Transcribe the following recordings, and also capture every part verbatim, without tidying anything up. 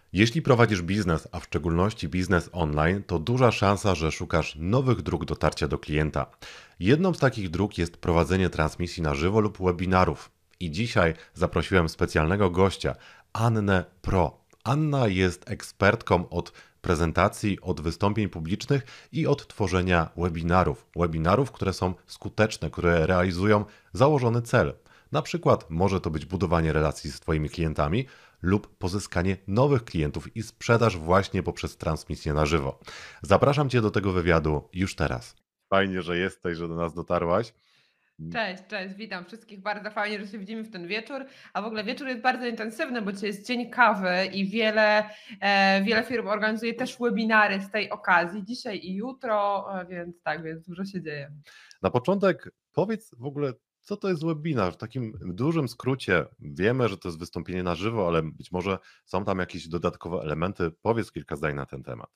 Jeśli prowadzisz biznes, a w szczególności biznes online, to duża szansa, że szukasz nowych dróg dotarcia do klienta. Jedną z takich dróg jest prowadzenie transmisji na żywo lub webinarów. I dzisiaj zaprosiłem specjalnego gościa, Annę Pro. Anna jest ekspertką od prezentacji, od wystąpień publicznych i od tworzenia webinarów. Webinarów, które są skuteczne, które realizują założony cel. Na przykład może to być budowanie relacji z Twoimi klientami lub pozyskanie nowych klientów i sprzedaż właśnie poprzez transmisję na żywo. Zapraszam Cię do tego wywiadu już teraz. Fajnie, że jesteś, że do nas dotarłaś. Cześć, cześć, witam wszystkich. Bardzo fajnie, że się widzimy w ten wieczór. A w ogóle wieczór jest bardzo intensywny, bo dzisiaj jest dzień kawy i wiele, e, wiele firm organizuje też webinary z tej okazji, dzisiaj i jutro, e, więc tak, więc dużo się dzieje. Na początek powiedz w ogóle, co to jest webinar? W takim dużym skrócie wiemy, że to jest wystąpienie na żywo, ale być może są tam jakieś dodatkowe elementy. Powiedz kilka zdań na ten temat.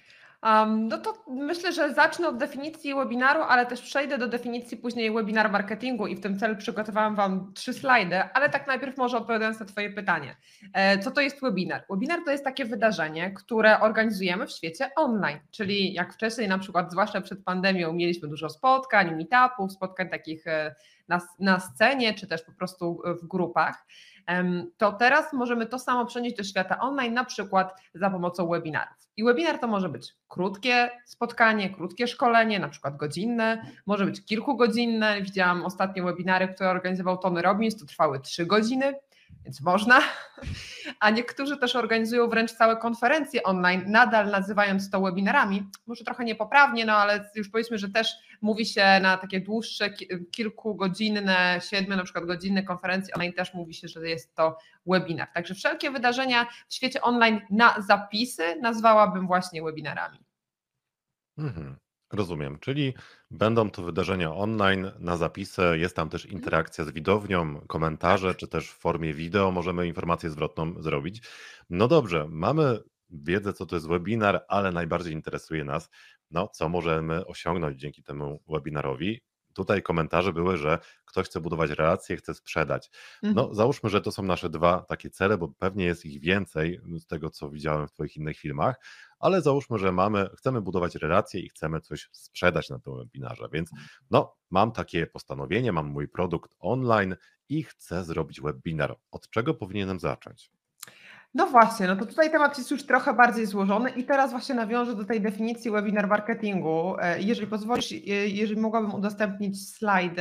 Um, no to myślę, że zacznę od definicji webinaru, ale też przejdę do definicji później webinar marketingu i w tym celu przygotowałam Wam trzy slajdy, ale tak najpierw może odpowiadając na Twoje pytanie. E, Co to jest webinar? Webinar to jest takie wydarzenie, które organizujemy w świecie online, czyli jak wcześniej na przykład, zwłaszcza przed pandemią, mieliśmy dużo spotkań, meetupów, spotkań takich e, na, na scenie, czy też po prostu w grupach, to teraz możemy to samo przenieść do świata online, na przykład za pomocą webinarów. I webinar to może być krótkie spotkanie, krótkie szkolenie, na przykład godzinne, może być kilkugodzinne. Widziałam ostatnie webinary, które organizował Tony Robbins, to trwały trzy godziny, więc można. A niektórzy też organizują wręcz całe konferencje online, nadal nazywając to webinarami. Może trochę niepoprawnie, no ale już powiedzmy, że też mówi się na takie dłuższe, kilkugodzinne, siedmiu na przykład godzinne konferencje online też mówi się, że jest to webinar. Także wszelkie wydarzenia w świecie online na zapisy nazwałabym właśnie webinarami. Mhm, rozumiem, czyli będą to wydarzenia online na zapisy, jest tam też Mhm. interakcja z widownią, komentarze, Tak. czy też w formie wideo możemy informację zwrotną zrobić. No dobrze, mamy wiedzę, co to jest webinar, ale najbardziej interesuje nas, no, co możemy osiągnąć dzięki temu webinarowi. Tutaj komentarze były, że ktoś chce budować relacje, chce sprzedać. No, Mhm. załóżmy, że to są nasze dwa takie cele, bo pewnie jest ich więcej z tego, co widziałem w Twoich innych filmach, ale załóżmy, że mamy, chcemy budować relacje i chcemy coś sprzedać na tym webinarze, więc no, mam takie postanowienie, mam mój produkt online i chcę zrobić webinar. Od czego powinienem zacząć? No właśnie, no to tutaj temat jest już trochę bardziej złożony i teraz właśnie nawiążę do tej definicji webinar marketingu. E, Jeżeli pozwolisz, e, jeżeli mogłabym udostępnić slajdy,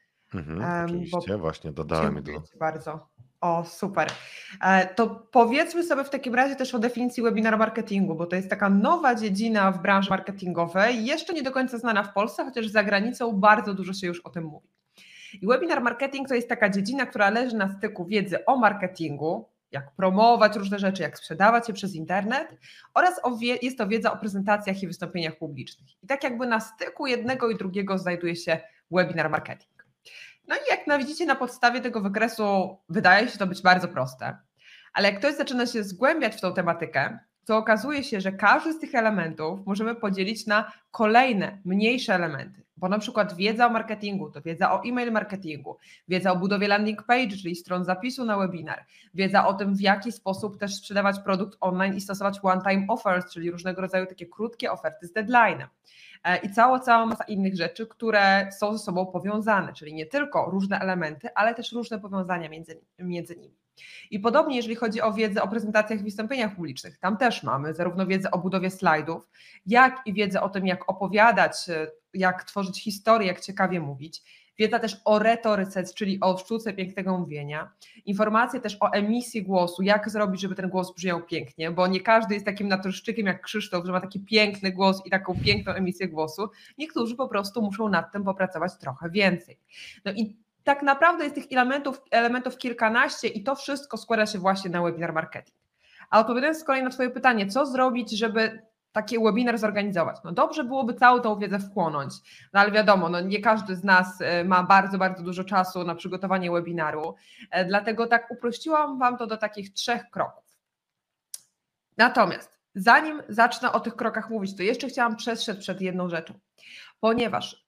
Mhm, em, bo oczywiście, właśnie dodałem je dziękuję do. Ci bardzo. O, super. E, To powiedzmy sobie w takim razie też o definicji webinar marketingu, bo to jest taka nowa dziedzina w branży marketingowej, jeszcze nie do końca znana w Polsce, chociaż za granicą bardzo dużo się już o tym mówi. I webinar marketing to jest taka dziedzina, która leży na styku wiedzy o marketingu, jak promować różne rzeczy, jak sprzedawać je przez internet oraz o wie, jest to wiedza o prezentacjach i wystąpieniach publicznych. I tak jakby na styku jednego i drugiego znajduje się webinar marketing. No i jak na- widzicie na podstawie tego wykresu wydaje się to być bardzo proste, ale jak ktoś zaczyna się zgłębiać w tą tematykę, to okazuje się, że każdy z tych elementów możemy podzielić na kolejne, mniejsze elementy, bo na przykład wiedza o marketingu to wiedza o e-mail marketingu, wiedza o budowie landing page, czyli stron zapisu na webinar, wiedza o tym, w jaki sposób też sprzedawać produkt online i stosować one-time offers, czyli różnego rodzaju takie krótkie oferty z deadline'em. E, I cała, cała masa innych rzeczy, które są ze sobą powiązane, czyli nie tylko różne elementy, ale też różne powiązania między, między nimi. I podobnie, jeżeli chodzi o wiedzę o prezentacjach i wystąpieniach publicznych, tam też mamy zarówno wiedzę o budowie slajdów, jak i wiedzę o tym, jak opowiadać, e, jak tworzyć historię, jak ciekawie mówić. Wiedza też o retoryce, czyli o sztuce pięknego mówienia. Informacje też o emisji głosu, jak zrobić, żeby ten głos brzmiał pięknie, bo nie każdy jest takim naturszczykiem jak Krzysztof, że ma taki piękny głos i taką piękną emisję głosu. Niektórzy po prostu muszą nad tym popracować trochę więcej. No i tak naprawdę jest tych elementów, elementów kilkanaście i to wszystko składa się właśnie na webinar marketing. A odpowiadając z kolei na Twoje pytanie, co zrobić, żeby taki webinar zorganizować? No dobrze byłoby całą tą wiedzę wchłonąć, no ale wiadomo, no nie każdy z nas y, ma bardzo, bardzo dużo czasu na przygotowanie webinaru, e, dlatego tak uprościłam Wam to do takich trzech kroków. Natomiast zanim zacznę o tych krokach mówić, to jeszcze chciałam przestrzec przed jedną rzeczą, ponieważ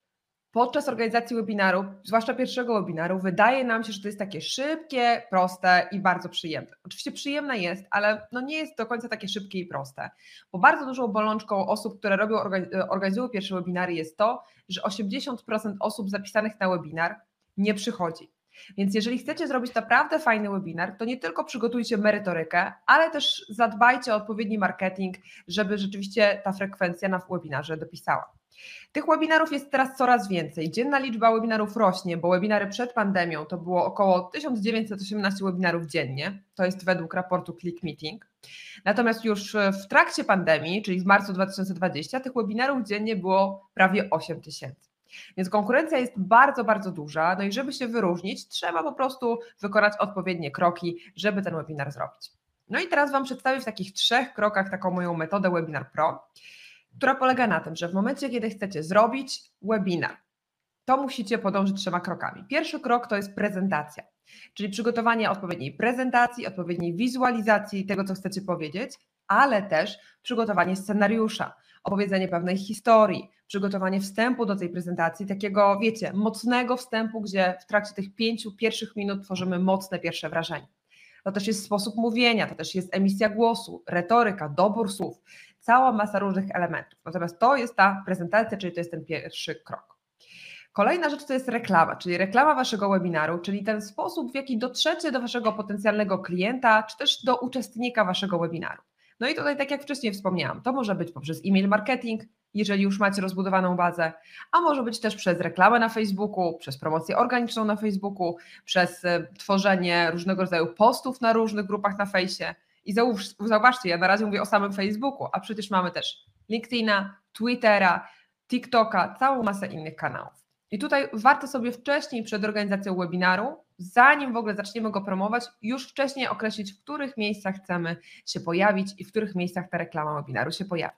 Podczas organizacji webinaru, zwłaszcza pierwszego webinaru, wydaje nam się, że to jest takie szybkie, proste i bardzo przyjemne. Oczywiście przyjemne jest, ale no nie jest do końca takie szybkie i proste, bo bardzo dużą bolączką osób, które robią, organizują pierwsze webinary jest to, że osiemdziesiąt procent osób zapisanych na webinar nie przychodzi. Więc jeżeli chcecie zrobić naprawdę fajny webinar, to nie tylko przygotujcie merytorykę, ale też zadbajcie o odpowiedni marketing, żeby rzeczywiście ta frekwencja na webinarze dopisała. Tych webinarów jest teraz coraz więcej. Dzienna liczba webinarów rośnie, bo webinary przed pandemią to było około tysiąc dziewięćset osiemnaście webinarów dziennie, to jest według raportu Click Meeting. Natomiast już w trakcie pandemii, czyli w marcu dwa tysiące dwudziestym, tych webinarów dziennie było prawie osiem tysięcy. Więc konkurencja jest bardzo, bardzo duża, no i żeby się wyróżnić, trzeba po prostu wykonać odpowiednie kroki, żeby ten webinar zrobić. No i teraz Wam przedstawię w takich trzech krokach taką moją metodę Webinar Pro, która polega na tym, że w momencie, kiedy chcecie zrobić webinar, to musicie podążyć trzema krokami. Pierwszy krok to jest prezentacja, czyli przygotowanie odpowiedniej prezentacji, odpowiedniej wizualizacji tego, co chcecie powiedzieć, ale też przygotowanie scenariusza, opowiedzenie pewnej historii, przygotowanie wstępu do tej prezentacji, takiego, wiecie, mocnego wstępu, gdzie w trakcie tych pięciu pierwszych minut tworzymy mocne pierwsze wrażenie. To też jest sposób mówienia, to też jest emisja głosu, retoryka, dobór słów, cała masa różnych elementów. Natomiast to jest ta prezentacja, czyli to jest ten pierwszy krok. Kolejna rzecz to jest reklama, czyli reklama Waszego webinaru, czyli ten sposób, w jaki dotrzecie do Waszego potencjalnego klienta, czy też do uczestnika Waszego webinaru. No i tutaj, tak jak wcześniej wspomniałam, to może być poprzez e-mail marketing, jeżeli już macie rozbudowaną bazę, a może być też przez reklamę na Facebooku, przez promocję organiczną na Facebooku, przez tworzenie różnego rodzaju postów na różnych grupach na fejsie. I zauważcie, ja na razie mówię o samym Facebooku, a przecież mamy też LinkedIna, Twittera, TikToka, całą masę innych kanałów. I tutaj warto sobie wcześniej przed organizacją webinaru, zanim w ogóle zaczniemy go promować, już wcześniej określić, w których miejscach chcemy się pojawić i w których miejscach ta reklama webinaru się pojawi.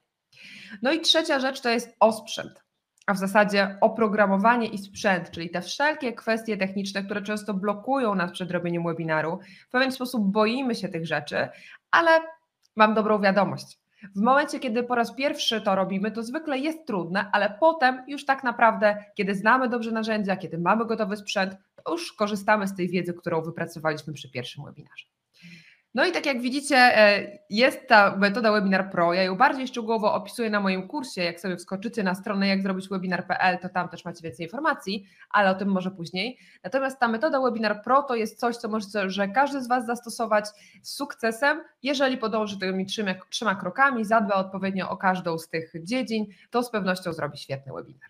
No i trzecia rzecz to jest osprzęt, a w zasadzie oprogramowanie i sprzęt, czyli te wszelkie kwestie techniczne, które często blokują nas przed robieniem webinaru. W pewien sposób boimy się tych rzeczy, ale mam dobrą wiadomość. W momencie, kiedy po raz pierwszy to robimy, to zwykle jest trudne, ale potem już tak naprawdę, kiedy znamy dobrze narzędzia, kiedy mamy gotowy sprzęt, to już korzystamy z tej wiedzy, którą wypracowaliśmy przy pierwszym webinarze. No i tak jak widzicie, jest ta metoda Webinar Pro, ja ją bardziej szczegółowo opisuję na moim kursie, jak sobie wskoczycie na stronę jak zrobić webinar kropka p l, to tam też macie więcej informacji, ale o tym może później. Natomiast ta metoda Webinar Pro to jest coś, co możecie, że każdy z Was zastosować z sukcesem, jeżeli podąży tymi trzema, trzema krokami, zadba odpowiednio o każdą z tych dziedzin, to z pewnością zrobi świetny webinar.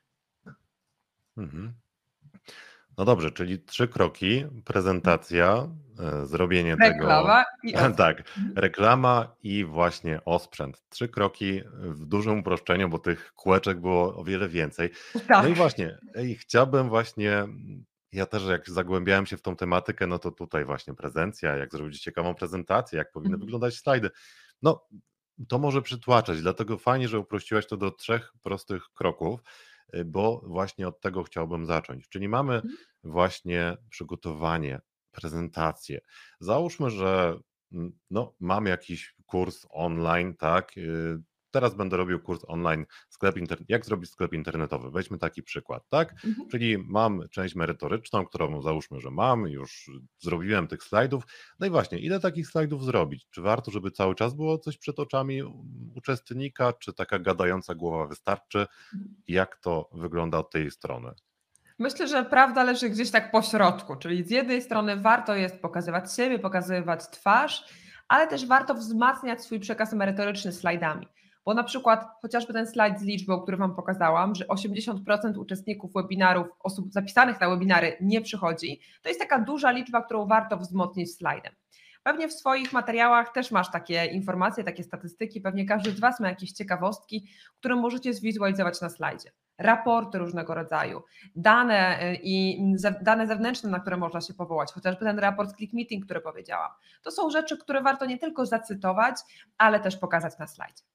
Mhm. No dobrze, czyli trzy kroki, prezentacja, e, zrobienie Reklama tego, i osprzęt. tak, reklama i właśnie osprzęt. Trzy kroki w dużym uproszczeniu, bo tych kółeczek było o wiele więcej. No i Tak. właśnie, ej, chciałbym właśnie, ja też jak zagłębiałem się w tą tematykę, no to tutaj właśnie prezencja, jak zrobić ciekawą prezentację, jak powinny Mhm. wyglądać slajdy. No, to może przytłaczać, dlatego fajnie, że uprościłaś to do trzech prostych kroków, y, bo właśnie od tego chciałbym zacząć. Czyli mamy Mhm. właśnie przygotowanie, prezentację. Załóżmy, że mm, no, mam jakiś kurs online, tak? y, Teraz będę robił kurs online, sklep inter... jak zrobić sklep internetowy. Weźmy taki przykład, tak? Mhm. Czyli mam część merytoryczną, którą załóżmy, że mam, już zrobiłem tych slajdów. No i właśnie, ile takich slajdów zrobić? Czy warto, żeby cały czas było coś przed oczami uczestnika, czy taka gadająca głowa wystarczy? Jak to wygląda od tej strony? Myślę, że prawda leży gdzieś tak po środku, czyli z jednej strony warto jest pokazywać siebie, pokazywać twarz, ale też warto wzmacniać swój przekaz merytoryczny slajdami. Bo na przykład chociażby ten slajd z liczbą, który Wam pokazałam, że osiemdziesiąt procent uczestników webinarów, osób zapisanych na webinary nie przychodzi, to jest taka duża liczba, którą warto wzmocnić slajdem. Pewnie w swoich materiałach też masz takie informacje, takie statystyki, pewnie każdy z Was ma jakieś ciekawostki, które możecie zwizualizować na slajdzie. Raporty różnego rodzaju, dane i dane zewnętrzne, na które można się powołać, chociażby ten raport Click Meeting, który powiedziałam. To są rzeczy, które warto nie tylko zacytować, ale też pokazać na slajdzie.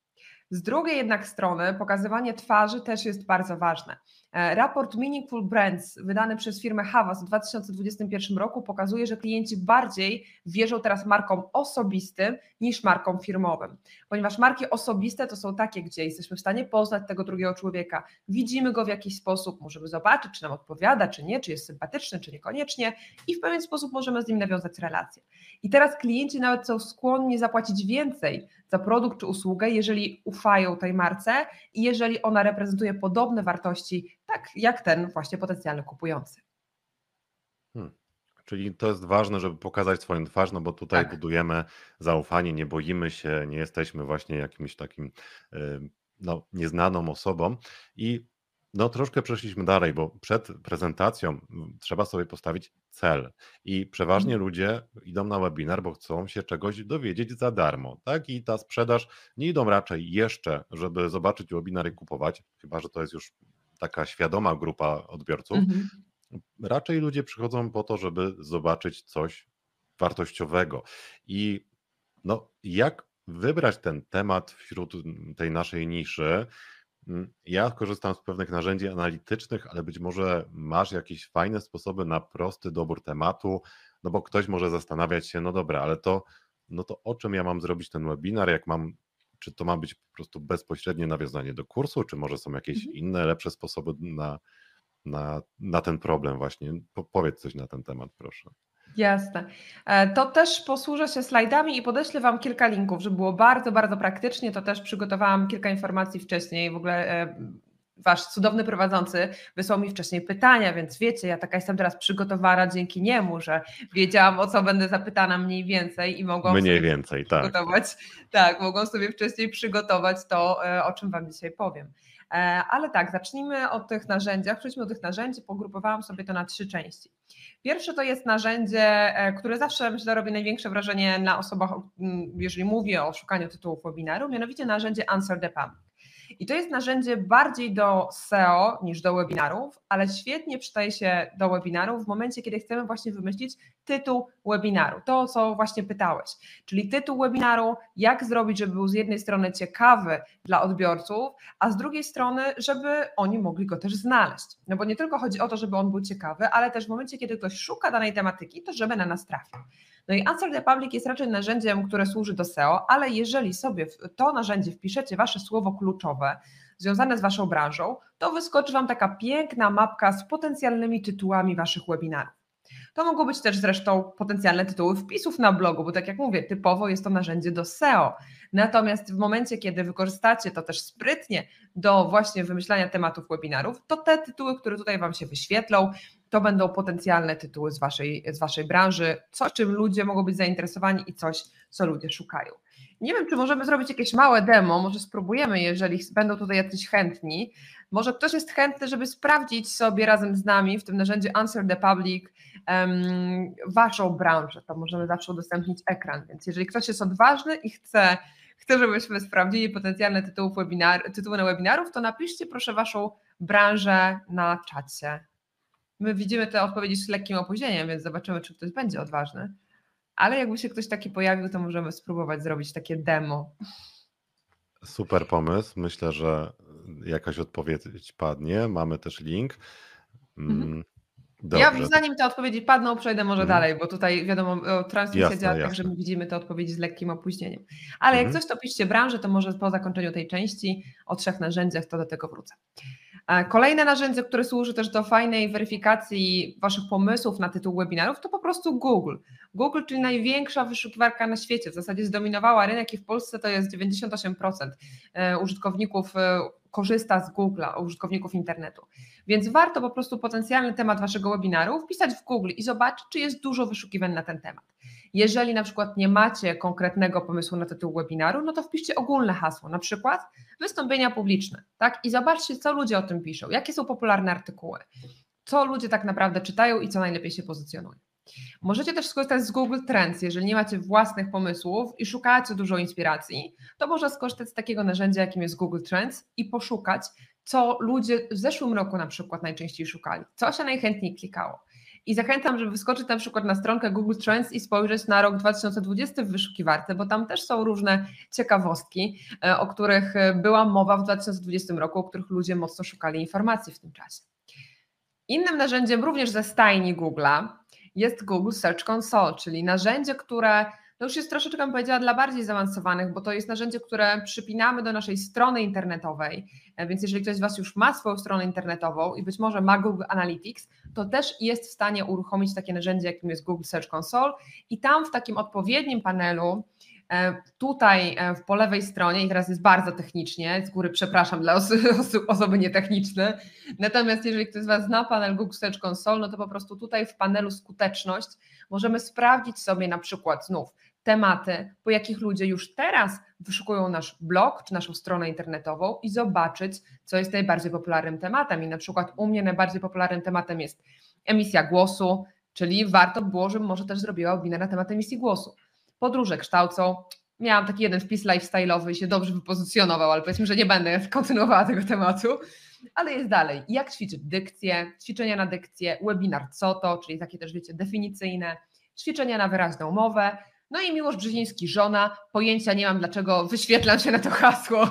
Z drugiej jednak strony pokazywanie twarzy też jest bardzo ważne. E, Raport Meaningful Brands wydany przez firmę Havas w dwa tysiące dwudziestym pierwszym roku pokazuje, że klienci bardziej wierzą teraz markom osobistym niż markom firmowym, ponieważ marki osobiste to są takie, gdzie jesteśmy w stanie poznać tego drugiego człowieka, widzimy go w jakiś sposób, możemy zobaczyć, czy nam odpowiada, czy nie, czy jest sympatyczny, czy niekoniecznie i w pewien sposób możemy z nim nawiązać relację. I teraz klienci nawet są skłonni zapłacić więcej za produkt czy usługę, jeżeli ufają tej marce i jeżeli ona reprezentuje podobne wartości, tak jak ten właśnie potencjalny kupujący. Hmm. Czyli to jest ważne, żeby pokazać swoją twarz, no bo tutaj Tak. budujemy zaufanie, nie boimy się, nie jesteśmy właśnie jakimś takim y, no, nieznaną osobą i no troszkę przeszliśmy dalej, bo przed prezentacją mm, trzeba sobie postawić cel i przeważnie ludzie idą na webinar, bo chcą się czegoś dowiedzieć za darmo, tak? I ta sprzedaż nie idą raczej jeszcze, żeby zobaczyć webinar i kupować, chyba że to jest już taka świadoma grupa odbiorców. Mhm. Raczej ludzie przychodzą po to, żeby zobaczyć coś wartościowego. I no, jak wybrać ten temat wśród tej naszej niszy? Mm, Ja korzystam z pewnych narzędzi analitycznych, ale być może masz jakieś fajne sposoby na prosty dobór tematu, no bo ktoś może zastanawiać się, no dobra, ale to, no to o czym ja mam zrobić ten webinar, jak mam, czy to ma być po prostu bezpośrednie nawiązanie do kursu, czy może są jakieś Mhm. inne, lepsze sposoby na na, na ten problem właśnie. Po, powiedz coś na ten temat, proszę. Jasne. E, To też posłużę się slajdami i podeślę Wam kilka linków, żeby było bardzo, bardzo praktycznie. To też przygotowałam kilka informacji wcześniej. W ogóle e, Wasz cudowny prowadzący wysłał mi wcześniej pytania, więc wiecie, ja taka jestem teraz przygotowana dzięki niemu, że wiedziałam, o co będę zapytana mniej więcej i mogłam Mniej sobie więcej, tak. przygotować, tak, mogłam sobie wcześniej przygotować to, e, o czym Wam dzisiaj powiem. E, Ale tak, zacznijmy od tych narzędziach. Przejdźmy do tych narzędzi. Pogrupowałam sobie to na trzy części. Pierwsze to jest narzędzie, e, które zawsze myślę robi największe wrażenie na osobach, m, jeżeli mówię o szukaniu tytułów webinaru, mianowicie narzędzie Answer the Public. I to jest narzędzie bardziej do S E O niż do webinarów, ale świetnie przydaje się do webinarów w momencie, kiedy chcemy właśnie wymyślić tytuł webinaru. To, o co właśnie pytałeś, czyli tytuł webinaru, jak zrobić, żeby był z jednej strony ciekawy dla odbiorców, a z drugiej strony, żeby oni mogli go też znaleźć. No bo nie tylko chodzi o to, żeby on był ciekawy, ale też w momencie, kiedy ktoś szuka danej tematyki, to żeby na nas trafił. No i Answer the Public jest raczej narzędziem, które służy do S E O, ale jeżeli sobie w to narzędzie wpiszecie wasze słowo kluczowe związane z waszą branżą, to wyskoczy wam taka piękna mapka z potencjalnymi tytułami waszych webinarów. To mogą być też zresztą potencjalne tytuły wpisów na blogu, bo tak jak mówię, typowo jest to narzędzie do S E O. Natomiast w momencie, kiedy wykorzystacie to też sprytnie do właśnie wymyślania tematów webinarów, to te tytuły, które tutaj Wam się wyświetlą, to będą potencjalne tytuły z Waszej, z waszej branży, coś, czym ludzie mogą być zainteresowani i coś, co ludzie szukają. Nie wiem, czy możemy zrobić jakieś małe demo, może spróbujemy, jeżeli będą tutaj jacyś chętni. Może ktoś jest chętny, żeby sprawdzić sobie razem z nami w tym narzędziu Answer the Public um, Waszą branżę, to możemy zawsze udostępnić ekran, więc jeżeli ktoś jest odważny i chce, chce żebyśmy sprawdzili potencjalne tytuły, webinar, tytuły na webinarów, to napiszcie proszę Waszą branżę na czacie. My widzimy te odpowiedzi z lekkim opóźnieniem, więc zobaczymy, czy ktoś będzie odważny. Ale jakby się ktoś taki pojawił, to możemy spróbować zrobić takie demo. Super pomysł. Myślę, że jakaś odpowiedź padnie. Mamy też link. Mhm. Mm, Ja Dobrze. zanim te odpowiedzi padną, przejdę może Mhm. dalej, bo tutaj wiadomo, transmisja Jasne, działa tak, że jasne. my widzimy te odpowiedzi z lekkim opóźnieniem. Ale jak Mhm. coś, to piszcie branżę, to może po zakończeniu tej części o trzech narzędziach, to do tego wrócę. Kolejne narzędzie, które służy też do fajnej weryfikacji Waszych pomysłów na tytuł webinarów, to po prostu Google. Google, czyli największa wyszukiwarka na świecie, w zasadzie zdominowała rynek i w Polsce to jest dziewięćdziesiąt osiem procent użytkowników korzysta z Google'a, użytkowników internetu. Więc warto po prostu potencjalny temat Waszego webinaru wpisać w Google i zobaczyć, czy jest dużo wyszukiwań na ten temat. Jeżeli na przykład nie macie konkretnego pomysłu na tytuł webinaru, no to wpiszcie ogólne hasło, na przykład wystąpienia publiczne, tak? I zobaczcie, co ludzie o tym piszą, jakie są popularne artykuły, co ludzie tak naprawdę czytają i co najlepiej się pozycjonuje. Możecie też skorzystać z Google Trends, jeżeli nie macie własnych pomysłów i szukacie dużo inspiracji, to można skorzystać z takiego narzędzia, jakim jest Google Trends i poszukać, co ludzie w zeszłym roku na przykład najczęściej szukali, co się najchętniej klikało. I zachęcam, żeby wyskoczyć na przykład na stronkę Google Trends i spojrzeć na rok dwa tysiące dwudziesty w wyszukiwarce, bo tam też są różne ciekawostki, o których była mowa w dwa tysiące dwudziestym roku, o których ludzie mocno szukali informacji w tym czasie. Innym narzędziem również ze stajni Google'a jest Google Search Console, czyli narzędzie, które no już jest troszeczkę, bym powiedziała, dla bardziej zaawansowanych, bo to jest narzędzie, które przypinamy do naszej strony internetowej, więc jeżeli ktoś z Was już ma swoją stronę internetową i być może ma Google Analytics, to też jest w stanie uruchomić takie narzędzie, jakim jest Google Search Console i tam w takim odpowiednim panelu, tutaj po lewej stronie, i teraz jest bardzo technicznie, z góry przepraszam dla osób, osoby nietechniczne, natomiast jeżeli ktoś z Was zna panel Google Search Console, no to po prostu tutaj w panelu skuteczność możemy sprawdzić sobie na przykład znów tematy, po jakich ludzie już teraz wyszukują nasz blog czy naszą stronę internetową i zobaczyć, co jest najbardziej popularnym tematem. I na przykład u mnie najbardziej popularnym tematem jest emisja głosu, czyli warto było, żebym może też zrobiła webinar na temat emisji głosu. Podróże kształcą. Miałam taki jeden wpis lifestyle'owy i się dobrze wypozycjonował, ale powiedzmy, że nie będę kontynuowała tego tematu, ale jest dalej. Jak ćwiczyć dykcję, ćwiczenia na dykcję, webinar co to, czyli takie też wiecie definicyjne, ćwiczenia na wyraźną mowę. No i Miłosz Brzeziński, żona, pojęcia nie mam, dlaczego wyświetlam się na to hasło.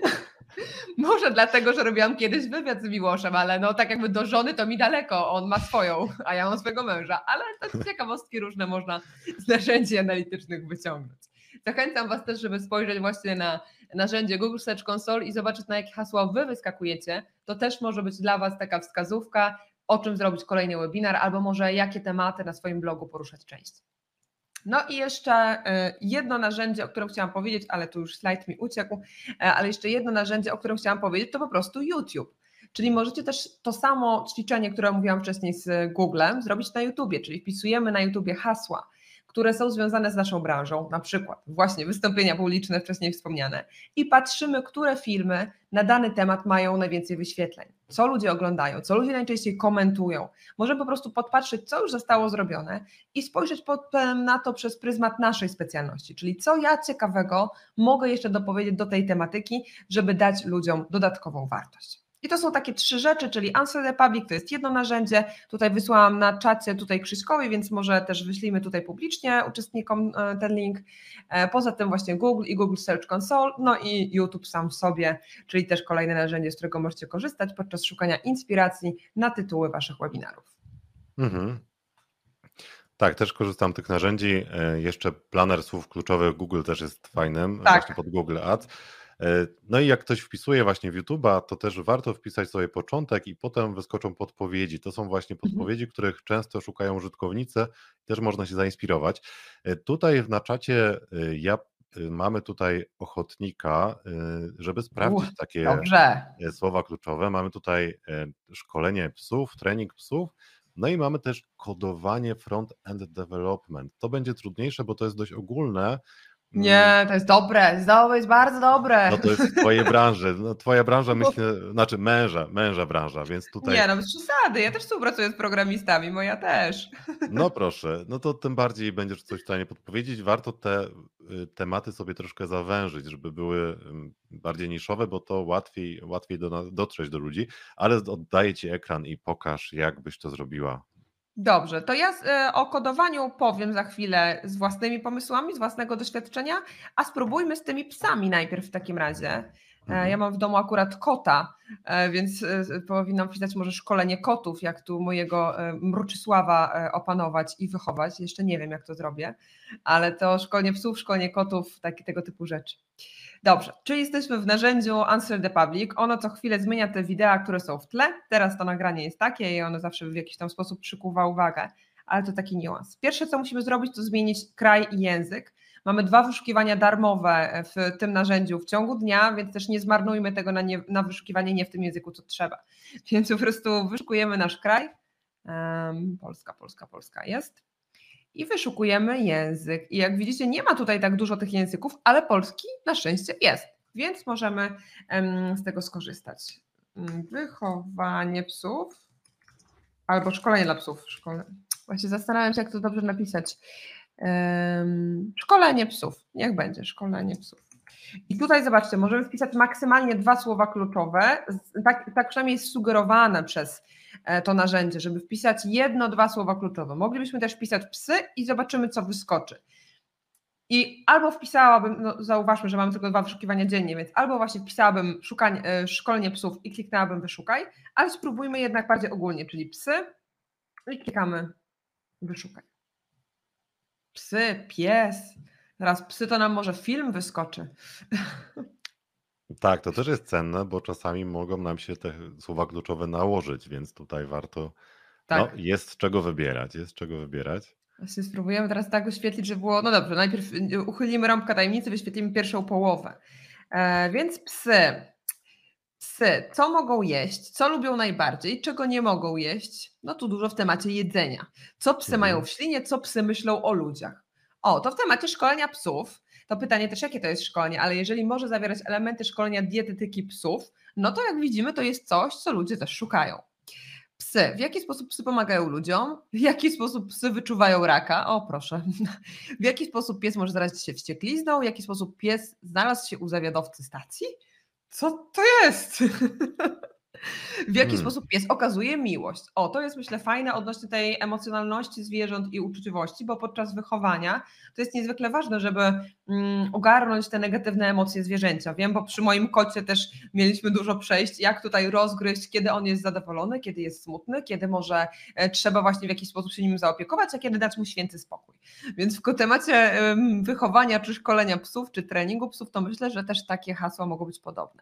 Może dlatego, że robiłam kiedyś wywiad z Miłoszem, ale no tak jakby do żony to mi daleko, on ma swoją, a ja mam swojego męża, ale te ciekawostki różne można z narzędzi analitycznych wyciągnąć. Zachęcam Was też, żeby spojrzeć właśnie na narzędzie Google Search Console i zobaczyć, na jakie hasła Wy wyskakujecie. To też może być dla Was taka wskazówka, o czym zrobić kolejny webinar, albo może jakie tematy na swoim blogu poruszać częściej. No i jeszcze jedno narzędzie, o którym chciałam powiedzieć, ale tu już slajd mi uciekł, ale jeszcze jedno narzędzie, o którym chciałam powiedzieć, to po prostu YouTube. Czyli możecie też to samo ćwiczenie, które mówiłam wcześniej z Googlem, zrobić na YouTubie, czyli wpisujemy na YouTubie hasła, które są związane z naszą branżą, na przykład właśnie wystąpienia publiczne wcześniej wspomniane i patrzymy, które filmy na dany temat mają najwięcej wyświetleń, co ludzie oglądają, co ludzie najczęściej komentują. Możemy po prostu podpatrzeć, co już zostało zrobione i spojrzeć na to przez pryzmat naszej specjalności, czyli co ja ciekawego mogę jeszcze dopowiedzieć do tej tematyki, żeby dać ludziom dodatkową wartość. I to są takie trzy rzeczy, czyli Answer the Public to jest jedno narzędzie, tutaj wysłałam na czacie tutaj Krzyśkowi, więc może też wyślijmy tutaj publicznie uczestnikom ten link. Poza tym właśnie Google i Google Search Console, no i YouTube sam w sobie, czyli też kolejne narzędzie, z którego możecie korzystać podczas szukania inspiracji na tytuły Waszych webinarów. Mhm. Tak, też korzystam z tych narzędzi. Jeszcze planer słów kluczowych Google też jest fajnym, Tak. właśnie pod Google Ads. No i jak ktoś wpisuje właśnie w YouTube'a, to też warto wpisać sobie początek i potem wyskoczą podpowiedzi. To są właśnie podpowiedzi, mhm. których często szukają użytkownicy, też można się zainspirować. Tutaj na czacie ja mamy tutaj ochotnika, żeby sprawdzić U, takie dobrze. słowa kluczowe. Mamy tutaj szkolenie psów, trening psów, no i mamy też kodowanie front-end development. To będzie trudniejsze, bo to jest dość ogólne. Nie, to jest dobre, to jest bardzo dobre. No to jest w twojej branży, no twoja branża myślę, znaczy męża, męża branża, więc tutaj... Nie, no bez przesady, ja też współpracuję z programistami, moja też. No proszę, no to tym bardziej będziesz coś w stanie podpowiedzieć. Warto te tematy sobie troszkę zawężyć, żeby były bardziej niszowe, bo to łatwiej, łatwiej do, dotrzeć do ludzi, ale oddaję Ci ekran i pokaż, jak byś to zrobiła. Dobrze, to ja o kodowaniu powiem za chwilę z własnymi pomysłami, z własnego doświadczenia, a spróbujmy z tymi psami najpierw w takim razie. Mhm. Ja mam w domu akurat kota, więc powinnam wpisać może szkolenie kotów, jak tu mojego Mruczysława opanować i wychować. Jeszcze nie wiem, jak to zrobię, ale to szkolenie psów, szkolenie kotów, takie tego typu rzeczy. Dobrze, czyli jesteśmy w narzędziu Answer the Public, ono co chwilę zmienia te wideo, które są w tle, teraz to nagranie jest takie i ono zawsze w jakiś tam sposób przykuwa uwagę, ale to taki niuans. Pierwsze co musimy zrobić to zmienić kraj i język. Mamy dwa wyszukiwania darmowe w tym narzędziu w ciągu dnia, więc też nie zmarnujmy tego na, nie, na wyszukiwanie nie w tym języku, co trzeba. Więc po prostu wyszukujemy nasz kraj, um, Polska, Polska, Polska jest. I wyszukujemy język. I jak widzicie, nie ma tutaj tak dużo tych języków, ale polski na szczęście jest, więc możemy um, z tego skorzystać. Wychowanie psów albo szkolenie dla psów. Szkole... Właśnie zastanawiam się, jak to dobrze napisać. Um, szkolenie psów. Niech będzie szkolenie psów. I tutaj zobaczcie, możemy wpisać maksymalnie dwa słowa kluczowe, tak, tak przynajmniej jest sugerowane przez to narzędzie, żeby wpisać jedno, dwa słowa kluczowe. Moglibyśmy też wpisać psy i zobaczymy, co wyskoczy. I albo wpisałabym, no zauważmy, że mamy tylko dwa wyszukiwania dziennie, więc albo właśnie wpisałabym szukanie, szkolenie psów i kliknęłabym wyszukaj, ale spróbujmy jednak bardziej ogólnie, czyli psy i klikamy wyszukaj. Psy, pies, teraz psy to nam może film wyskoczy. Tak, to też jest cenne, bo czasami mogą nam się te słowa kluczowe nałożyć, więc tutaj warto, no Tak. jest z czego wybierać, jest z czego wybierać. Właśnie spróbujemy teraz tak oświetlić, żeby było, no dobrze, najpierw uchylimy rąbka tajemnicy, wyświetlimy pierwszą połowę. E, więc psy. Psy, co mogą jeść, co lubią najbardziej, czego nie mogą jeść? No tu dużo w temacie jedzenia. Co psy Mhm. mają w ślinie, co psy myślą o ludziach? O, to w temacie szkolenia psów. To pytanie też, jakie to jest szkolenie, ale jeżeli może zawierać elementy szkolenia dietetyki psów, no to jak widzimy, to jest coś, co ludzie też szukają. Psy. W jaki sposób psy pomagają ludziom? W jaki sposób psy wyczuwają raka? O, proszę. W jaki sposób pies może zarazić się wścieklizną? W jaki sposób pies znalazł się u zawiadowcy stacji? Co to jest? W jaki Hmm. sposób pies okazuje miłość? O, to jest myślę fajne odnośnie tej emocjonalności zwierząt i uczciwości, bo podczas wychowania to jest niezwykle ważne, żeby mm, ogarnąć te negatywne emocje zwierzęcia. Wiem, bo przy moim kocie też mieliśmy dużo przejść, jak tutaj rozgryźć, kiedy on jest zadowolony, kiedy jest smutny, kiedy może e, trzeba właśnie w jakiś sposób się nim zaopiekować, a kiedy dać mu święty spokój. Więc w temacie e, wychowania czy szkolenia psów, czy treningu psów, to myślę, że też takie hasła mogą być podobne.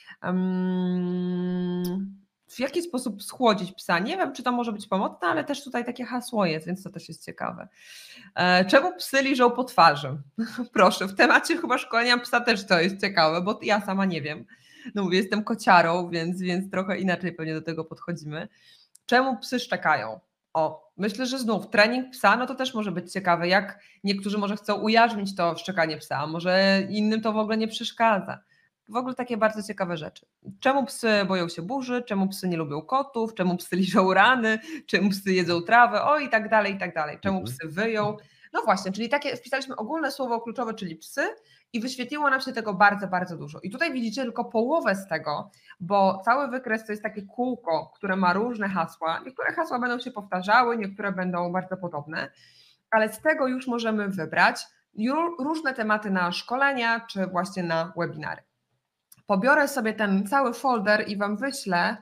W jaki sposób schłodzić psa? Nie wiem, czy to może być pomocne, ale też tutaj takie hasło jest, więc to też jest ciekawe. Czemu psy liżą po twarzy? Proszę, w temacie chyba szkolenia psa też to jest ciekawe, bo ja sama nie wiem. No mówię, jestem kociarą, więc, więc trochę inaczej pewnie do tego podchodzimy. Czemu psy szczekają? O, myślę, że znów trening psa, no to też może być ciekawe, jak niektórzy może chcą ujarzmić to szczekanie psa, a może innym to w ogóle nie przeszkadza. W ogóle takie bardzo ciekawe rzeczy. Czemu psy boją się burzy, czemu psy nie lubią kotów, czemu psy liżą rany, czemu psy jedzą trawę, o i tak dalej, i tak dalej. Czemu Mhm. psy wyją. No właśnie, czyli takie wpisaliśmy ogólne słowo kluczowe, czyli psy i wyświetliło nam się tego bardzo, bardzo dużo. I tutaj widzicie tylko połowę z tego, bo cały wykres to jest takie kółko, które ma różne hasła. Niektóre hasła będą się powtarzały, niektóre będą bardzo podobne, ale z tego już możemy wybrać różne tematy na szkolenia, czy właśnie na webinary. Pobiorę sobie ten cały folder i Wam wyślę.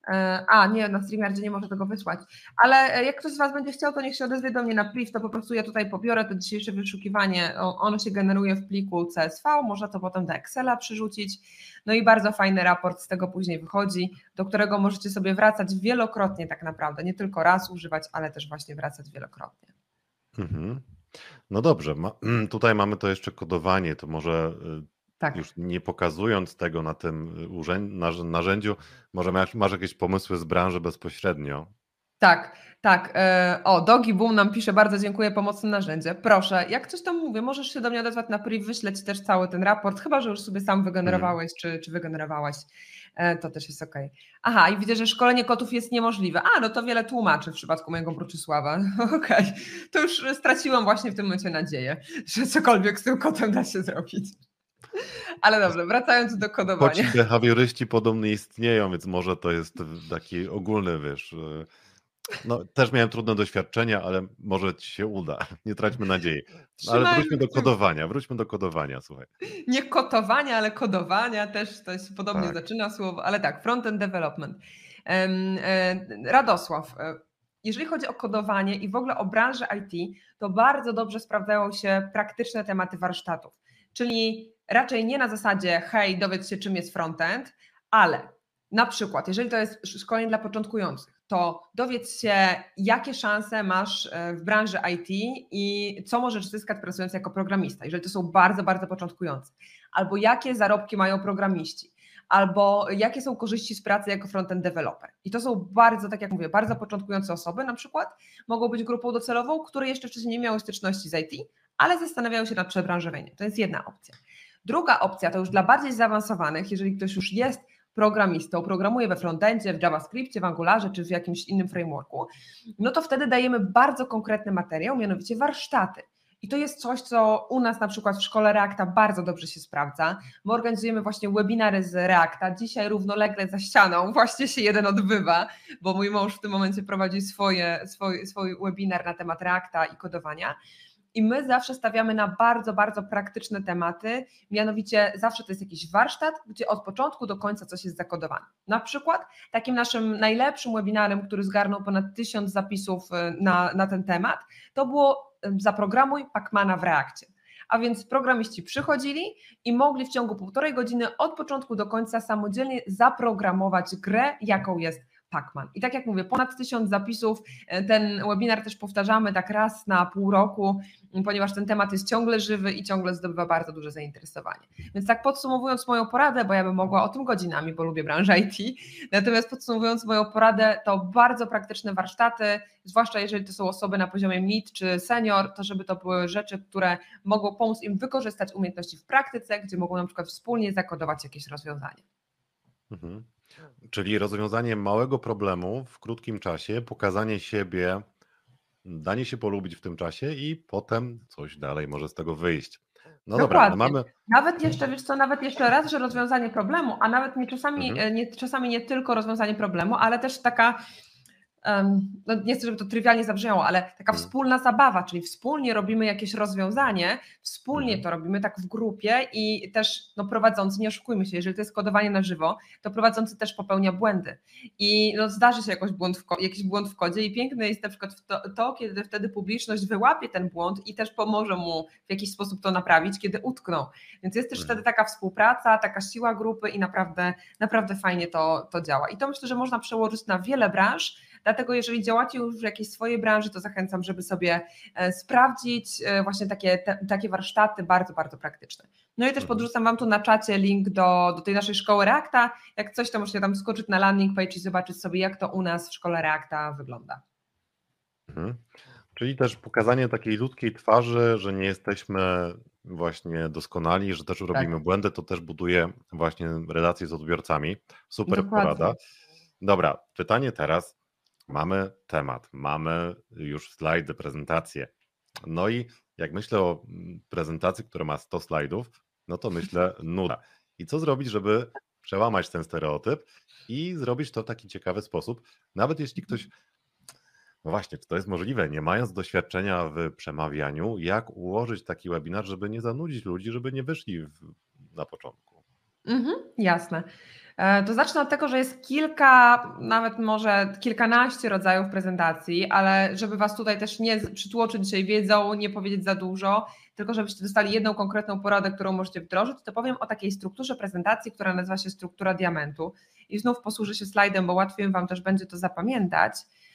A, nie, na StreamYardzie nie może tego wysłać, ale jak ktoś z Was będzie chciał, to niech się odezwie do mnie na priv, to po prostu ja tutaj pobiorę to dzisiejsze wyszukiwanie, ono się generuje w pliku C S V, można to potem do Excela przerzucić, no i bardzo fajny raport z tego później wychodzi, do którego możecie sobie wracać wielokrotnie tak naprawdę, nie tylko raz używać, ale też właśnie wracać wielokrotnie. Mhm. No dobrze, ma, tutaj mamy to jeszcze kodowanie, to może tak. Już nie pokazując tego na tym narzędziu, może masz, masz jakieś pomysły z branży bezpośrednio? Tak, tak. O, Dogi Boom nam pisze, bardzo dziękuję, pomocne narzędzie. Proszę, jak coś tam mówię, możesz się do mnie odezwać na priv, wyśleć też cały ten raport, chyba że już sobie sam wygenerowałeś, hmm. czy, czy wygenerowałaś, to też jest okej. Okay. Aha, i widzę, że szkolenie kotów jest niemożliwe. A, no to wiele tłumaczy w przypadku mojego Bruczysława. Okej, okay. To już straciłam właśnie w tym momencie nadzieję, że cokolwiek z tym kotem da się zrobić. Ale dobrze, wracając do kodowania. Choć behawioryści podobnie istnieją, więc może to jest taki ogólny, wiesz, no też miałem trudne doświadczenia, ale może ci się uda, nie traćmy nadziei. Ale wróćmy do kodowania, wróćmy do kodowania, słuchaj. Nie kotowania, ale kodowania też, to jest podobnie tak. zaczyna słowo, ale tak, front-end development. Radosław, jeżeli chodzi o kodowanie i w ogóle o branżę I T, to bardzo dobrze sprawdzają się praktyczne tematy warsztatów, czyli raczej nie na zasadzie hej, dowiedz się czym jest frontend, ale na przykład jeżeli to jest szkolenie dla początkujących, to dowiedz się jakie szanse masz w branży I T i co możesz zyskać pracując jako programista, jeżeli to są bardzo, bardzo początkujący, albo jakie zarobki mają programiści, albo jakie są korzyści z pracy jako frontend developer. I to są bardzo, tak jak mówię, bardzo początkujące osoby na przykład, mogą być grupą docelową, które jeszcze wcześniej nie miały styczności z I T, ale zastanawiają się nad przebranżowieniem. To jest jedna opcja. Druga opcja to już dla bardziej zaawansowanych, jeżeli ktoś już jest programistą, programuje we frontendzie, w JavaScriptie, w Angularze czy w jakimś innym frameworku, no to wtedy dajemy bardzo konkretny materiał, mianowicie warsztaty. I to jest coś, co u nas na przykład w Szkole Reacta bardzo dobrze się sprawdza. My organizujemy właśnie webinary z Reacta. Dzisiaj równolegle za ścianą właśnie się jeden odbywa, bo mój mąż w tym momencie prowadzi swoje, swój, swój webinar na temat Reacta i kodowania. I my zawsze stawiamy na bardzo, bardzo praktyczne tematy, mianowicie zawsze to jest jakiś warsztat, gdzie od początku do końca coś jest zakodowane. Na przykład takim naszym najlepszym webinarem, który zgarnął ponad tysiąc zapisów na, na ten temat, to było Zaprogramuj Pacmana w Reakcie. A więc programiści przychodzili i mogli w ciągu półtorej godziny od początku do końca samodzielnie zaprogramować grę, jaką jest Pacman. I tak jak mówię, ponad tysiąc zapisów, ten webinar też powtarzamy tak raz na pół roku, ponieważ ten temat jest ciągle żywy i ciągle zdobywa bardzo duże zainteresowanie. Więc tak podsumowując moją poradę, bo ja bym mogła o tym godzinami, bo lubię branżę I T, natomiast podsumowując moją poradę, to bardzo praktyczne warsztaty, zwłaszcza jeżeli to są osoby na poziomie mid czy senior, to żeby to były rzeczy, które mogą pomóc im wykorzystać umiejętności w praktyce, gdzie mogą na przykład wspólnie zakodować jakieś rozwiązanie. Mhm. Czyli rozwiązanie małego problemu w krótkim czasie, pokazanie siebie, danie się polubić w tym czasie i potem coś dalej może z tego wyjść. No dobra, ale Dokładnie. mamy. Nawet jeszcze, wiesz co, nawet jeszcze raz, że rozwiązanie problemu, a nawet nie czasami, Mhm. nie, czasami nie tylko rozwiązanie problemu, ale też taka, um, no nie chcę, żeby to trywialnie zabrzmiało, ale taka Mhm. wspólna zabawa, czyli wspólnie robimy jakieś rozwiązanie, wspólnie Mhm. to robimy tak w grupie i też no, prowadzący, nie oszukujmy się, jeżeli to jest kodowanie na żywo, to prowadzący też popełnia błędy i no, zdarzy się jakoś błąd w, jakiś błąd w kodzie i piękne jest na przykład to, to, kiedy wtedy publiczność wyłapie ten błąd i też pomoże mu w jakiś sposób to naprawić, kiedy utknął. Więc jest też Mhm. wtedy taka współpraca, taka siła grupy i naprawdę, naprawdę fajnie to, to działa. I to myślę, że można przełożyć na wiele branż. Dlatego jeżeli działacie już w jakiejś swojej branży, to zachęcam, żeby sobie sprawdzić właśnie takie, te, takie warsztaty bardzo, bardzo praktyczne. No i też Mhm. podrzucam Wam tu na czacie link do, do tej naszej szkoły Reacta. Jak coś, to możecie tam skoczyć na landing page i zobaczyć sobie, jak to u nas w szkole Reacta wygląda. Mhm. Czyli też pokazanie takiej ludzkiej twarzy, że nie jesteśmy właśnie doskonali, że też robimy Tak. błędy, to też buduje właśnie relacje z odbiorcami. Super Dokładnie. porada. Dobra, pytanie teraz. Mamy temat, mamy już slajdy, prezentację. No i jak myślę o prezentacji, która ma sto slajdów, no to myślę nuda. I co zrobić, żeby przełamać ten stereotyp i zrobić to w taki ciekawy sposób, nawet jeśli ktoś, no właśnie, czy to jest możliwe, nie mając doświadczenia w przemawianiu, jak ułożyć taki webinar, żeby nie zanudzić ludzi, żeby nie wyszli w, na początku? Mhm, jasne. To zacznę od tego, że jest kilka, nawet może kilkanaście rodzajów prezentacji, ale żeby Was tutaj też nie przytłoczyć dzisiaj wiedzą, nie powiedzieć za dużo, tylko żebyście dostali jedną konkretną poradę, którą możecie wdrożyć, to powiem o takiej strukturze prezentacji, która nazywa się struktura diamentu. I znów posłużę się slajdem, bo łatwiej Wam też będzie to zapamiętać.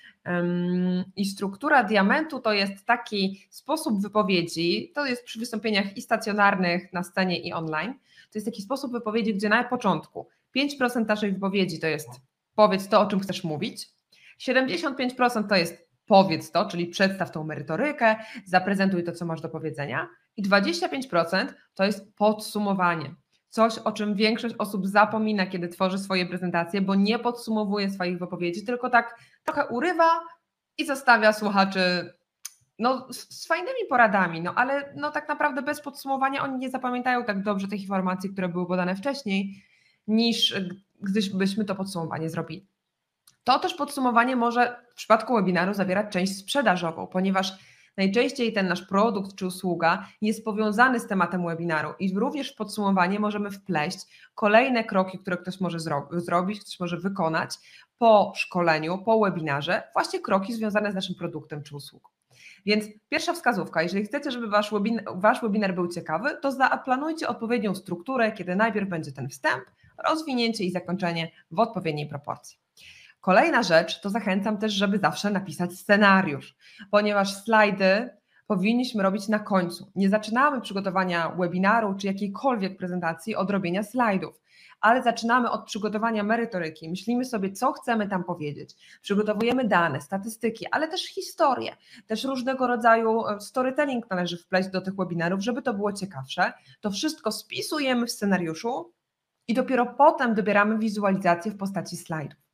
I struktura diamentu to jest taki sposób wypowiedzi, to jest przy wystąpieniach i stacjonarnych na scenie i online, to jest taki sposób wypowiedzi, gdzie na początku pięć procent naszej wypowiedzi to jest powiedz to, o czym chcesz mówić, siedemdziesiąt pięć procent to jest powiedz to, czyli przedstaw tą merytorykę, zaprezentuj to, co masz do powiedzenia i dwadzieścia pięć procent to jest podsumowanie. Coś, o czym większość osób zapomina, kiedy tworzy swoje prezentacje, bo nie podsumowuje swoich wypowiedzi, tylko tak trochę urywa i zostawia słuchaczy no, z, z fajnymi poradami, no ale no, tak naprawdę bez podsumowania oni nie zapamiętają tak dobrze tych informacji, które były podane wcześniej, niż gdybyśmy to podsumowanie zrobili. To też podsumowanie może w przypadku webinaru zawierać część sprzedażową, ponieważ najczęściej ten nasz produkt czy usługa jest powiązany z tematem webinaru i również w podsumowanie możemy wpleść kolejne kroki, które ktoś może zro- zrobić, ktoś może wykonać po szkoleniu, po webinarze, właśnie kroki związane z naszym produktem czy usługą. Więc pierwsza wskazówka, jeżeli chcecie, żeby wasz webinar, wasz webinar był ciekawy, to zaplanujcie odpowiednią strukturę, kiedy najpierw będzie ten wstęp, rozwinięcie i zakończenie w odpowiedniej proporcji. Kolejna rzecz, to zachęcam też, żeby zawsze napisać scenariusz, ponieważ slajdy powinniśmy robić na końcu. Nie zaczynamy przygotowania webinaru czy jakiejkolwiek prezentacji od robienia slajdów, ale zaczynamy od przygotowania merytoryki, myślimy sobie, co chcemy tam powiedzieć, przygotowujemy dane, statystyki, ale też historię, też różnego rodzaju storytelling należy wpleść do tych webinarów, żeby to było ciekawsze. To wszystko spisujemy w scenariuszu i dopiero potem dobieramy wizualizację w postaci slajdów.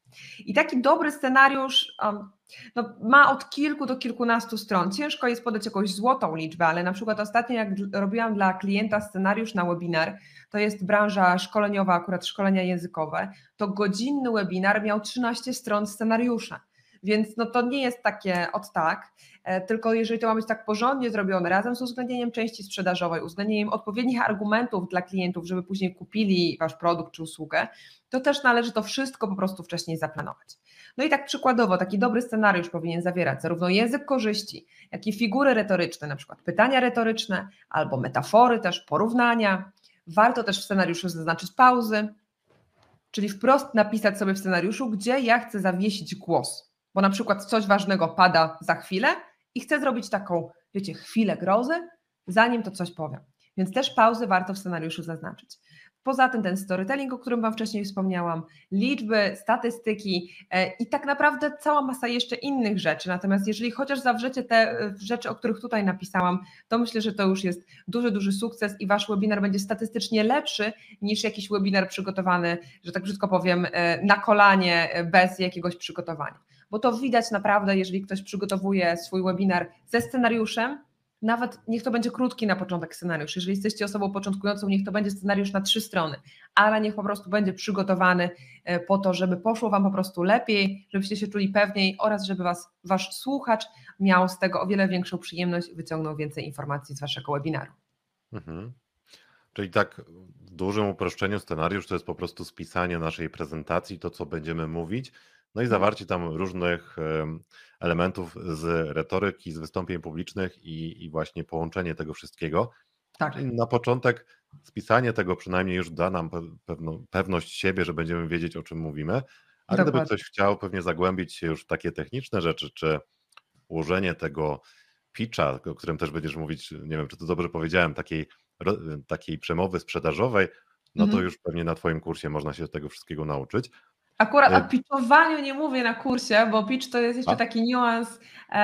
I taki dobry scenariusz um, no, ma od kilku do kilkunastu stron. Ciężko jest podać jakąś złotą liczbę, ale na przykład ostatnio jak robiłam dla klienta scenariusz na webinar, to jest branża szkoleniowa, akurat szkolenia językowe, to godzinny webinar miał trzynaście stron scenariusza. Więc no to nie jest takie od tak, tylko jeżeli to ma być tak porządnie zrobione, razem z uwzględnieniem części sprzedażowej, uwzględnieniem odpowiednich argumentów dla klientów, żeby później kupili wasz produkt czy usługę, to też należy to wszystko po prostu wcześniej zaplanować. No i tak przykładowo, taki dobry scenariusz powinien zawierać zarówno język korzyści, jak i figury retoryczne, na przykład pytania retoryczne albo metafory też, porównania. Warto też w scenariuszu zaznaczyć pauzy, czyli wprost napisać sobie w scenariuszu, gdzie ja chcę zawiesić głos, bo na przykład coś ważnego pada za chwilę i chcę zrobić taką, wiecie, chwilę grozy, zanim to coś powiem. Więc też pauzy warto w scenariuszu zaznaczyć. Poza tym ten storytelling, o którym Wam wcześniej wspomniałam, liczby, statystyki i tak naprawdę cała masa jeszcze innych rzeczy. Natomiast jeżeli chociaż zawrzecie te rzeczy, o których tutaj napisałam, to myślę, że to już jest duży, duży sukces i Wasz webinar będzie statystycznie lepszy niż jakiś webinar przygotowany, że tak brzydko powiem, na kolanie, bez jakiegoś przygotowania. Bo to widać naprawdę, jeżeli ktoś przygotowuje swój webinar ze scenariuszem, nawet niech to będzie krótki na początek scenariusz, jeżeli jesteście osobą początkującą, niech to będzie scenariusz na trzy strony, ale niech po prostu będzie przygotowany po to, żeby poszło Wam po prostu lepiej, żebyście się czuli pewniej oraz żeby was, Wasz słuchacz miał z tego o wiele większą przyjemność i wyciągnął więcej informacji z Waszego webinaru. Mhm. Czyli tak w dużym uproszczeniu scenariusz to jest po prostu spisanie naszej prezentacji, to co będziemy mówić, no i zawarcie tam różnych elementów z retoryki, z wystąpień publicznych i, i właśnie połączenie tego wszystkiego. Tak. Czyli na początek spisanie tego przynajmniej już da nam pewną, pewność siebie, że będziemy wiedzieć, o czym mówimy, a Dokładnie. Gdyby ktoś chciał pewnie zagłębić się już w takie techniczne rzeczy, czy ułożenie tego pitcha, o którym też będziesz mówić, nie wiem, czy to dobrze powiedziałem, takiej, takiej przemowy sprzedażowej, no mhm. to już pewnie na Twoim kursie można się tego wszystkiego nauczyć. Akurat o pitchowaniu nie mówię na kursie, bo pitch to jest jeszcze A? taki niuans.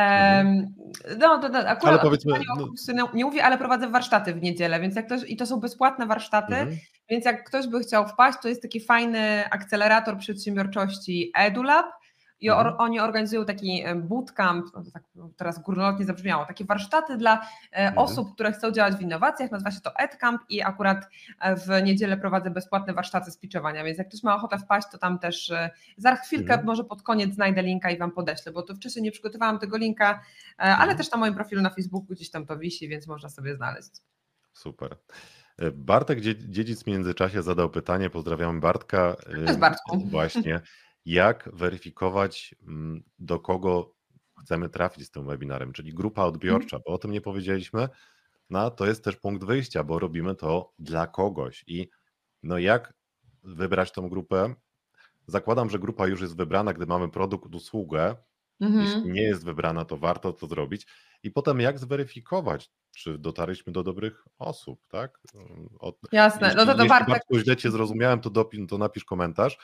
Um, no, to, to, akurat ale powiedzmy, o kursie no... nie mówię, ale prowadzę warsztaty w niedzielę, więc jak ktoś, i to są bezpłatne warsztaty, mhm. więc jak ktoś by chciał wpaść, to jest taki fajny akcelerator przedsiębiorczości EduLab. I or, mhm. oni organizują taki bootcamp, no to tak teraz górnolotnie zabrzmiało, takie warsztaty dla mhm. osób, które chcą działać w innowacjach, nazywa się to EdCamp i akurat w niedzielę prowadzę bezpłatne warsztaty z pitchowania, więc jak ktoś ma ochotę wpaść, to tam też za chwilkę, mhm. może pod koniec znajdę linka i Wam podeślę, bo to wcześniej nie przygotowałam tego linka, ale mhm. też na moim profilu na Facebooku gdzieś tam to wisi, więc można sobie znaleźć. Super. Bartek Dziedzic w międzyczasie zadał pytanie, pozdrawiam Bartka. Cześć Bartku. Właśnie. Jak weryfikować, do kogo chcemy trafić z tym webinarem, czyli grupa odbiorcza, bo o tym nie powiedzieliśmy, no to jest też punkt wyjścia, bo robimy to dla kogoś i no jak wybrać tą grupę? Zakładam, że grupa już jest wybrana, gdy mamy produkt, usługę, mhm. jeśli nie jest wybrana, to warto to zrobić i potem jak zweryfikować, czy dotarliśmy do dobrych osób, tak? Od, Jasne, jeśli, no to to jeśli Bartek... źle Cię zrozumiałem, to, dopin, to napisz komentarz.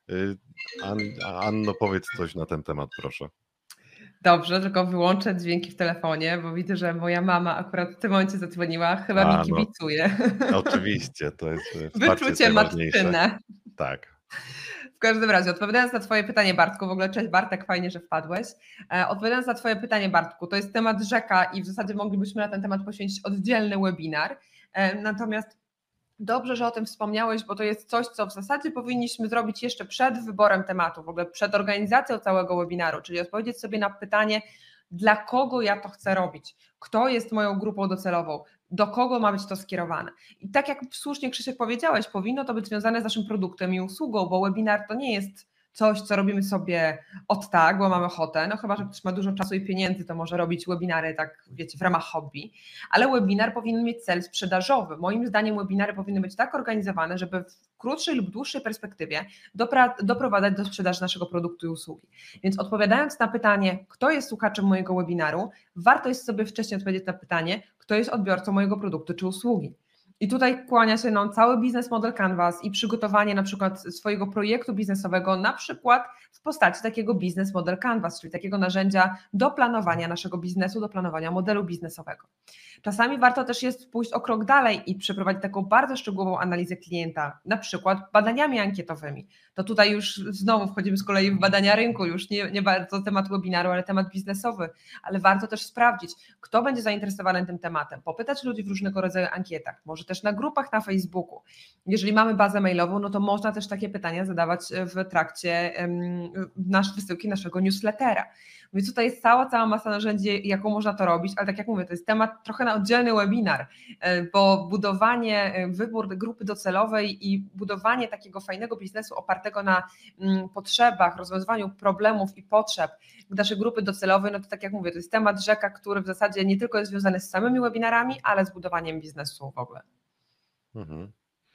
An, Anno, powiedz coś na ten temat, proszę. Dobrze, tylko wyłączę dźwięki w telefonie, bo widzę, że moja mama akurat w tym momencie zadzwoniła, chyba A, mi kibicuje. No, oczywiście, to jest wyczucie matczyne. Tak. W każdym razie, odpowiadając na Twoje pytanie, Bartku, w ogóle cześć Bartek, fajnie, że wpadłeś. Odpowiadając na Twoje pytanie, Bartku, to jest temat rzeka i w zasadzie moglibyśmy na ten temat poświęcić oddzielny webinar, natomiast dobrze, że o tym wspomniałeś, bo to jest coś, co w zasadzie powinniśmy zrobić jeszcze przed wyborem tematu, w ogóle przed organizacją całego webinaru, czyli odpowiedzieć sobie na pytanie, dla kogo ja to chcę robić, kto jest moją grupą docelową, do kogo ma być to skierowane. I tak jak słusznie Krzysiek powiedziałeś, powinno to być związane z naszym produktem i usługą, bo webinar to nie jest coś, co robimy sobie od tak, bo mamy ochotę, no chyba, że ktoś ma dużo czasu i pieniędzy, to może robić webinary, tak wiecie, w ramach hobby, ale webinar powinien mieć cel sprzedażowy. Moim zdaniem webinary powinny być tak organizowane, żeby w krótszej lub dłuższej perspektywie dopra- doprowadzać do sprzedaży naszego produktu i usługi. Więc odpowiadając na pytanie, kto jest słuchaczem mojego webinaru, warto jest sobie wcześniej odpowiedzieć na pytanie, kto jest odbiorcą mojego produktu czy usługi. I tutaj kłania się nam cały biznes model Canvas i przygotowanie na przykład swojego projektu biznesowego, na przykład w postaci takiego biznes model Canvas, czyli takiego narzędzia do planowania naszego biznesu, do planowania modelu biznesowego. Czasami warto też jest pójść o krok dalej i przeprowadzić taką bardzo szczegółową analizę klienta, na przykład badaniami ankietowymi. To tutaj już znowu wchodzimy z kolei w badania rynku, już nie, nie bardzo temat webinaru, ale temat biznesowy, ale warto też sprawdzić, kto będzie zainteresowany tym tematem, popytać ludzi w różnego rodzaju ankietach, może też na grupach na Facebooku. Jeżeli mamy bazę mailową, no to można też takie pytania zadawać w trakcie um, nasz, wysyłki naszego newslettera. Więc tutaj jest cała, cała masa narzędzi, jaką można to robić, ale tak jak mówię, to jest temat trochę na oddzielny webinar, bo budowanie, wybór grupy docelowej i budowanie takiego fajnego biznesu opartego na potrzebach, rozwiązywaniu problemów i potrzeb naszej grupy docelowej, no to tak jak mówię, to jest temat rzeka, który w zasadzie nie tylko jest związany z samymi webinarami, ale z budowaniem biznesu w ogóle. Mhm.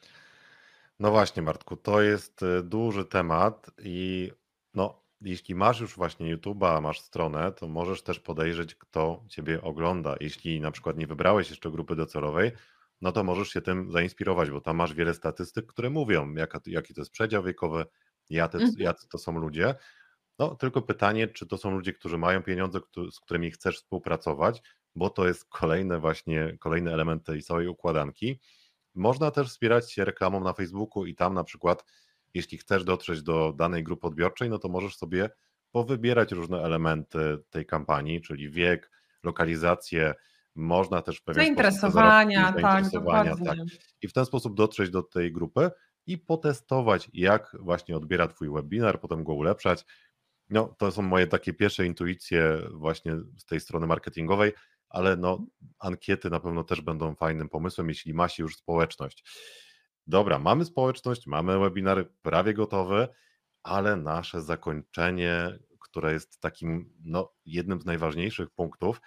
No właśnie, Bartku, to jest y, duży temat i no, jeśli masz już właśnie YouTube'a, masz stronę, to możesz też podejrzeć, kto Ciebie ogląda. Jeśli na przykład nie wybrałeś jeszcze grupy docelowej, no to możesz się tym zainspirować, bo tam masz wiele statystyk, które mówią, jaka, jaki to jest przedział wiekowy, jacy, jacy to są ludzie. No, tylko pytanie, czy to są ludzie, którzy mają pieniądze, któ- z którymi chcesz współpracować, bo to jest kolejny właśnie, kolejny element tej całej układanki. Można też wspierać się reklamą na Facebooku i tam na przykład, jeśli chcesz dotrzeć do danej grupy odbiorczej, no to możesz sobie powybierać różne elementy tej kampanii, czyli wiek, lokalizację, można też w pewien sposób te zarobki, Zainteresowania, tak, zainteresowania, tak. dokładnie. I w ten sposób dotrzeć do tej grupy i potestować, jak właśnie odbiera Twój webinar, potem go ulepszać. No, to są moje takie pierwsze intuicje właśnie z tej strony marketingowej, ale no, ankiety na pewno też będą fajnym pomysłem, jeśli ma się już społeczność. Dobra, mamy społeczność, mamy webinary prawie gotowe, ale nasze zakończenie, które jest takim no, jednym z najważniejszych punktów,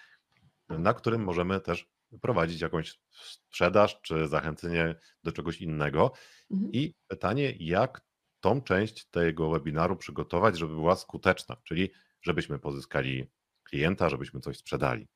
na którym możemy też prowadzić jakąś sprzedaż czy zachęcenie do czegoś innego. Mhm. I pytanie, jak tą część tego webinaru przygotować, żeby była skuteczna, czyli żebyśmy pozyskali klienta, żebyśmy coś sprzedali.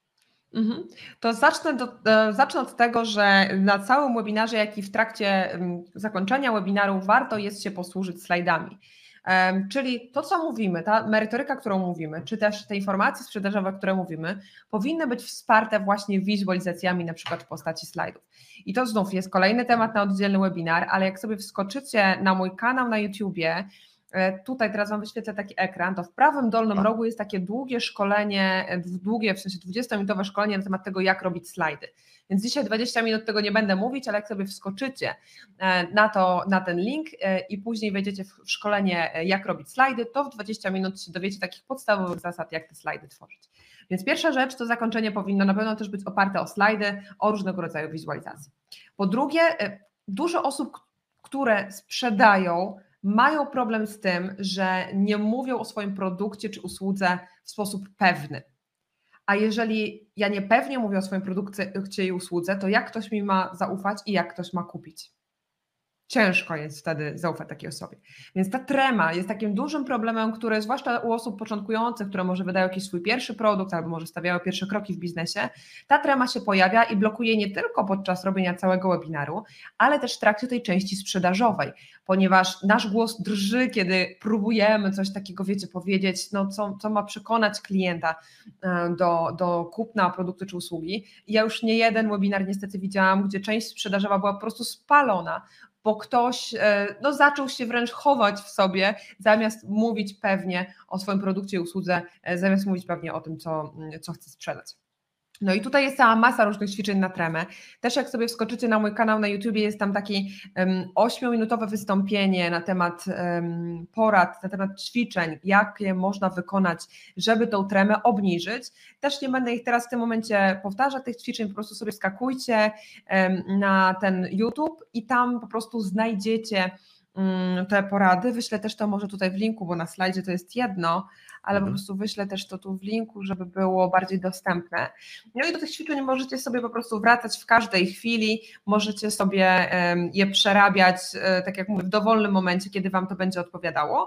Mhm. To zacznę, do, e, zacznę od tego, że na całym webinarze, jak i w trakcie mm, zakończenia webinaru warto jest się posłużyć slajdami. Em, Czyli to, co mówimy, ta merytoryka, którą mówimy, czy też te informacje sprzedażowe, które mówimy, powinny być wsparte właśnie wizualizacjami, na przykład w postaci slajdów. I to znów jest kolejny temat na oddzielny webinar, ale jak sobie wskoczycie na mój kanał na YouTubie, e, tutaj teraz Wam wyświetlę taki ekran, to w prawym dolnym A. rogu jest takie długie szkolenie, e, długie, w sensie dwudziestominutowe szkolenie na temat tego, jak robić slajdy. Więc dzisiaj dwadzieścia minut tego nie będę mówić, ale jak sobie wskoczycie e, na, to, na ten link e, i później wejdziecie w w szkolenie, e, jak robić slajdy, to w dwadzieścia minut się dowiecie takich podstawowych zasad, jak te slajdy tworzyć. Więc pierwsza rzecz, to zakończenie powinno na pewno też być oparte o slajdy, o różnego rodzaju wizualizacji. Po drugie, e, dużo osób, k- które sprzedają, mają problem z tym, że nie mówią o swoim produkcie czy usłudze w sposób pewny. A jeżeli ja niepewnie mówię o swoim produkcie i usłudze, to jak ktoś mi ma zaufać i jak ktoś ma kupić? Ciężko jest wtedy zaufać takiej osobie. Więc ta trema jest takim dużym problemem, który zwłaszcza u osób początkujących, które może wydają jakiś swój pierwszy produkt albo może stawiają pierwsze kroki w biznesie, ta trema się pojawia i blokuje nie tylko podczas robienia całego webinaru, ale też w trakcie tej części sprzedażowej, ponieważ nasz głos drży, kiedy próbujemy coś takiego, wiecie, powiedzieć, no co, co ma przekonać klienta e, do, do kupna produktu czy usługi. I ja już nie jeden webinar niestety widziałam, gdzie część sprzedażowa była po prostu spalona, bo ktoś e, no, zaczął się wręcz chować w sobie, zamiast mówić pewnie o swoim produkcie i usłudze, e, zamiast mówić pewnie o tym, co, co chce sprzedać. No i tutaj jest cała masa różnych ćwiczeń na tremę. Też jak sobie wskoczycie na mój kanał na YouTubie, jest tam takie ośmiominutowe wystąpienie na temat um, porad, na temat ćwiczeń, jakie można wykonać, żeby tą tremę obniżyć. Też nie będę ich teraz w tym momencie powtarzać, tych ćwiczeń, po prostu sobie skakujcie um, na ten YouTube i tam po prostu znajdziecie um, te porady. Wyślę też to może tutaj w linku, bo na slajdzie to jest jedno, ale Mhm. po prostu wyślę też to tu w linku, żeby było bardziej dostępne. No i do tych ćwiczeń możecie sobie po prostu wracać w każdej chwili, możecie sobie em, je przerabiać, e, tak jak mówię, w dowolnym momencie, kiedy Wam to będzie odpowiadało.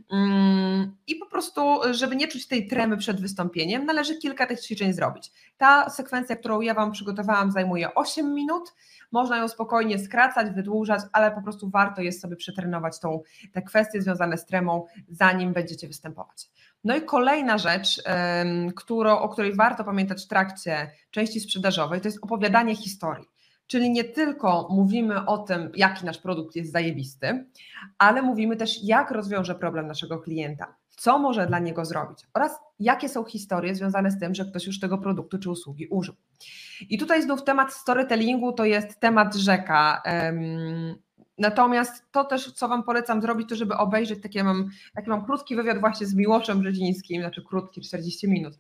Mm, I po prostu, żeby nie czuć tej tremy przed wystąpieniem, należy kilka tych ćwiczeń zrobić. Ta sekwencja, którą ja Wam przygotowałam, zajmuje osiem minut, można ją spokojnie skracać, wydłużać, ale po prostu warto jest sobie przetrenować tą, te kwestie związane z tremą, zanim będziecie występować. No i kolejna rzecz, em, którą, o której warto pamiętać w trakcie części sprzedażowej, to jest opowiadanie historii. Czyli nie tylko mówimy o tym, jaki nasz produkt jest zajebisty, ale mówimy też, jak rozwiąże problem naszego klienta, co może dla niego zrobić oraz jakie są historie związane z tym, że ktoś już tego produktu czy usługi użył. I tutaj znów temat storytellingu to jest temat rzeka. em, Natomiast to też, co Wam polecam zrobić, to żeby obejrzeć, takie mam, taki mam krótki wywiad właśnie z Miłoszem Brzezińskim, znaczy krótki, czterdzieści minut,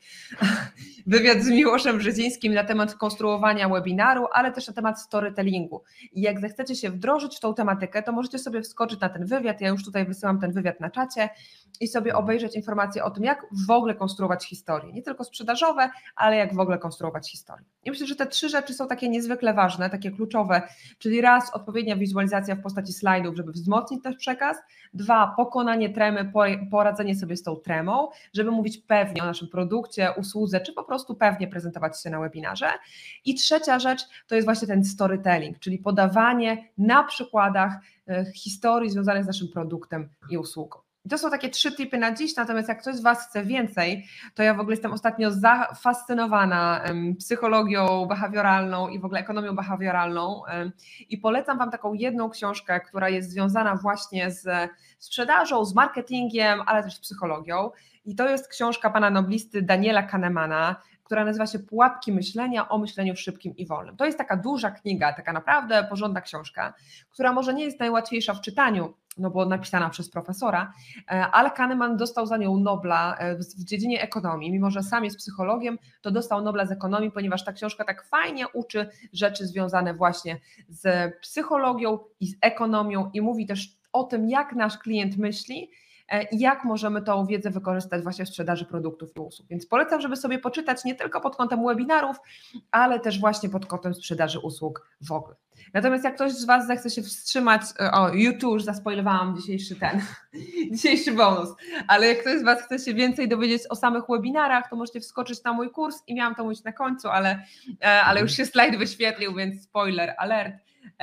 wywiad z Miłoszem Brzezińskim na temat konstruowania webinaru, ale też na temat storytellingu. I jak zechcecie się wdrożyć w tą tematykę, to możecie sobie wskoczyć na ten wywiad, ja już tutaj wysyłam ten wywiad na czacie i sobie obejrzeć informacje o tym, jak w ogóle konstruować historie, nie tylko sprzedażowe, ale jak w ogóle konstruować historię. I myślę, że te trzy rzeczy są takie niezwykle ważne, takie kluczowe, czyli raz odpowiednia wizualizacja w postaci slajdów, żeby wzmocnić ten przekaz, dwa pokonanie tremy, poradzenie sobie z tą tremą, żeby mówić pewnie o naszym produkcie, usłudze, czy po prostu pewnie prezentować się na webinarze. I trzecia rzecz to jest właśnie ten storytelling, czyli podawanie na przykładach historii związanych z naszym produktem i usługą. I to są takie trzy tipy na dziś, natomiast jak ktoś z Was chce więcej, to ja w ogóle jestem ostatnio zafascynowana psychologią behawioralną i w ogóle ekonomią behawioralną i polecam Wam taką jedną książkę, która jest związana właśnie z sprzedażą, z marketingiem, ale też z psychologią i to jest książka pana noblisty Daniela Kahnemana, która nazywa się Pułapki myślenia o myśleniu szybkim i wolnym. To jest taka duża kniga, taka naprawdę porządna książka, która może nie jest najłatwiejsza w czytaniu, no bo napisana przez profesora, ale Kahneman dostał za nią Nobla w dziedzinie ekonomii, mimo że sam jest psychologiem, to dostał Nobla z ekonomii, ponieważ ta książka tak fajnie uczy rzeczy związane właśnie z psychologią i z ekonomią i mówi też o tym, jak nasz klient myśli i jak możemy tą wiedzę wykorzystać właśnie w sprzedaży produktów i usług. Więc polecam, żeby sobie poczytać nie tylko pod kątem webinarów, ale też właśnie pod kątem sprzedaży usług w ogóle. Natomiast jak ktoś z Was zechce się wstrzymać, o, YouTube już zaspoilowałam dzisiejszy ten, dzisiejszy bonus, ale jak ktoś z Was chce się więcej dowiedzieć o samych webinarach, to możecie wskoczyć na mój kurs i miałam to mówić na końcu, ale, ale już się slajd wyświetlił, więc spoiler alert.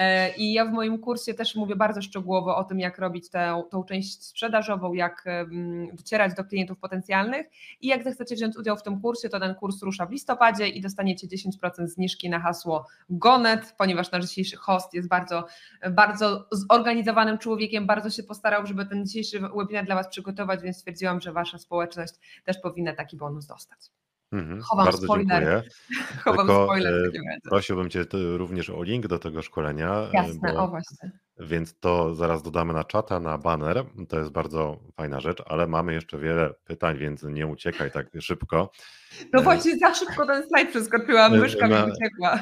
I ja w moim kursie też mówię bardzo szczegółowo o tym, jak robić tę, tą część sprzedażową, jak docierać do klientów potencjalnych i jak zechcecie wziąć udział w tym kursie, to ten kurs rusza w listopadzie i dostaniecie dziesięć procent zniżki na hasło GONET, ponieważ nasz dzisiejszy host jest bardzo, bardzo zorganizowanym człowiekiem, bardzo się postarał, żeby ten dzisiejszy webinar dla Was przygotować, więc stwierdziłam, że Wasza społeczność też powinna taki bonus dostać. Mhm, Chowam bardzo spoiler. dziękuję. Chowam Tylko spoiler w e, takim razie. prosiłbym Cię ty- również o link do tego szkolenia, e, Jasne, o bo właśnie. więc to zaraz dodamy na czata, na banner. To jest bardzo fajna rzecz, ale mamy jeszcze wiele pytań, więc nie uciekaj tak szybko. No E, właśnie za szybko ten slajd przeskoczyłam, e, myszka mi na- uciekła.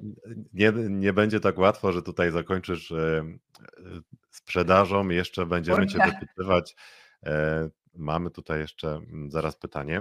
Nie, nie będzie tak łatwo, że tutaj zakończysz e, e, sprzedażą, jeszcze będziemy Cię Kurde. dopytywać. E, Mamy tutaj jeszcze mm, zaraz pytanie.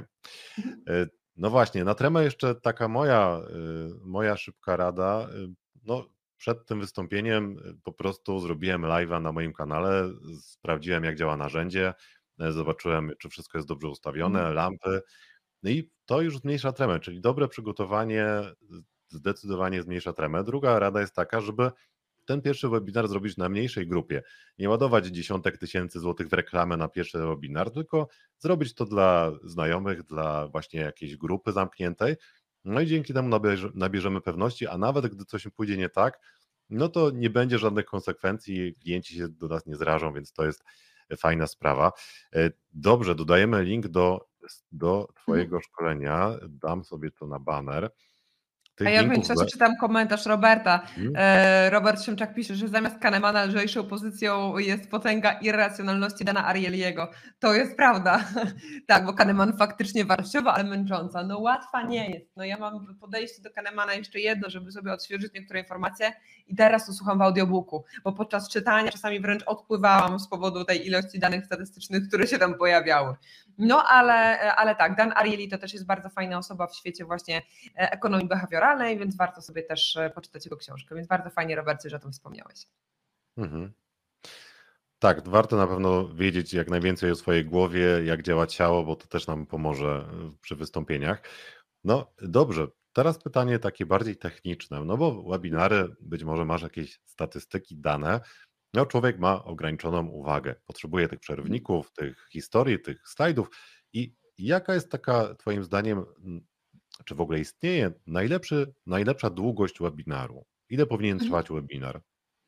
E, No właśnie, na tremę jeszcze taka moja, y, moja szybka rada. y, No, przed tym wystąpieniem y, po prostu zrobiłem live'a na moim kanale, sprawdziłem jak działa narzędzie, y, zobaczyłem czy wszystko jest dobrze ustawione, Mhm. lampy, no i to już zmniejsza tremę, czyli dobre przygotowanie zdecydowanie zmniejsza tremę. Druga rada jest taka, żeby ten pierwszy webinar zrobić na mniejszej grupie. Nie ładować dziesiątek tysięcy złotych w reklamę na pierwszy webinar, tylko zrobić to dla znajomych, dla właśnie jakiejś grupy zamkniętej. No i dzięki temu nabierze, nabierzemy pewności, a nawet gdy coś pójdzie nie tak, no to nie będzie żadnych konsekwencji, klienci się do nas nie zrażą, więc to jest fajna sprawa. E, Dobrze, dodajemy link do, do Mhm. Twojego szkolenia, dam sobie to na banner. A Tych ja w linków. międzyczasie czytam komentarz Roberta. Mhm. E, Robert Szymczak pisze, że zamiast Kahnemana lżejszą pozycją jest potęga irracjonalności Dana Ariely'ego. To jest prawda. Tak, bo Kahneman faktycznie wartościowa, ale męcząca. No łatwa nie jest. No ja mam podejście do Kahnemana jeszcze jedno, żeby sobie odświeżyć niektóre informacje i teraz to słucham w audiobooku, bo podczas czytania czasami wręcz odpływałam z powodu tej ilości danych statystycznych, które się tam pojawiały. No ale, ale tak, Dan Ariely to też jest bardzo fajna osoba w świecie właśnie ekonomii behawioralnej, więc warto sobie też poczytać jego książkę, więc bardzo fajnie, Robercie, że o tym wspomniałeś. Mhm. Tak, warto na pewno wiedzieć jak najwięcej o swojej głowie, jak działa ciało, bo to też nam pomoże y, przy wystąpieniach. No dobrze, teraz pytanie takie bardziej techniczne, no bo webinary, być może masz jakieś statystyki, dane, no człowiek ma ograniczoną uwagę, potrzebuje tych przerwników, tych historii, tych slajdów i jaka jest taka Twoim zdaniem, m, czy w ogóle istnieje najlepszy, najlepsza długość webinaru? Ile powinien Mhm. trwać webinar?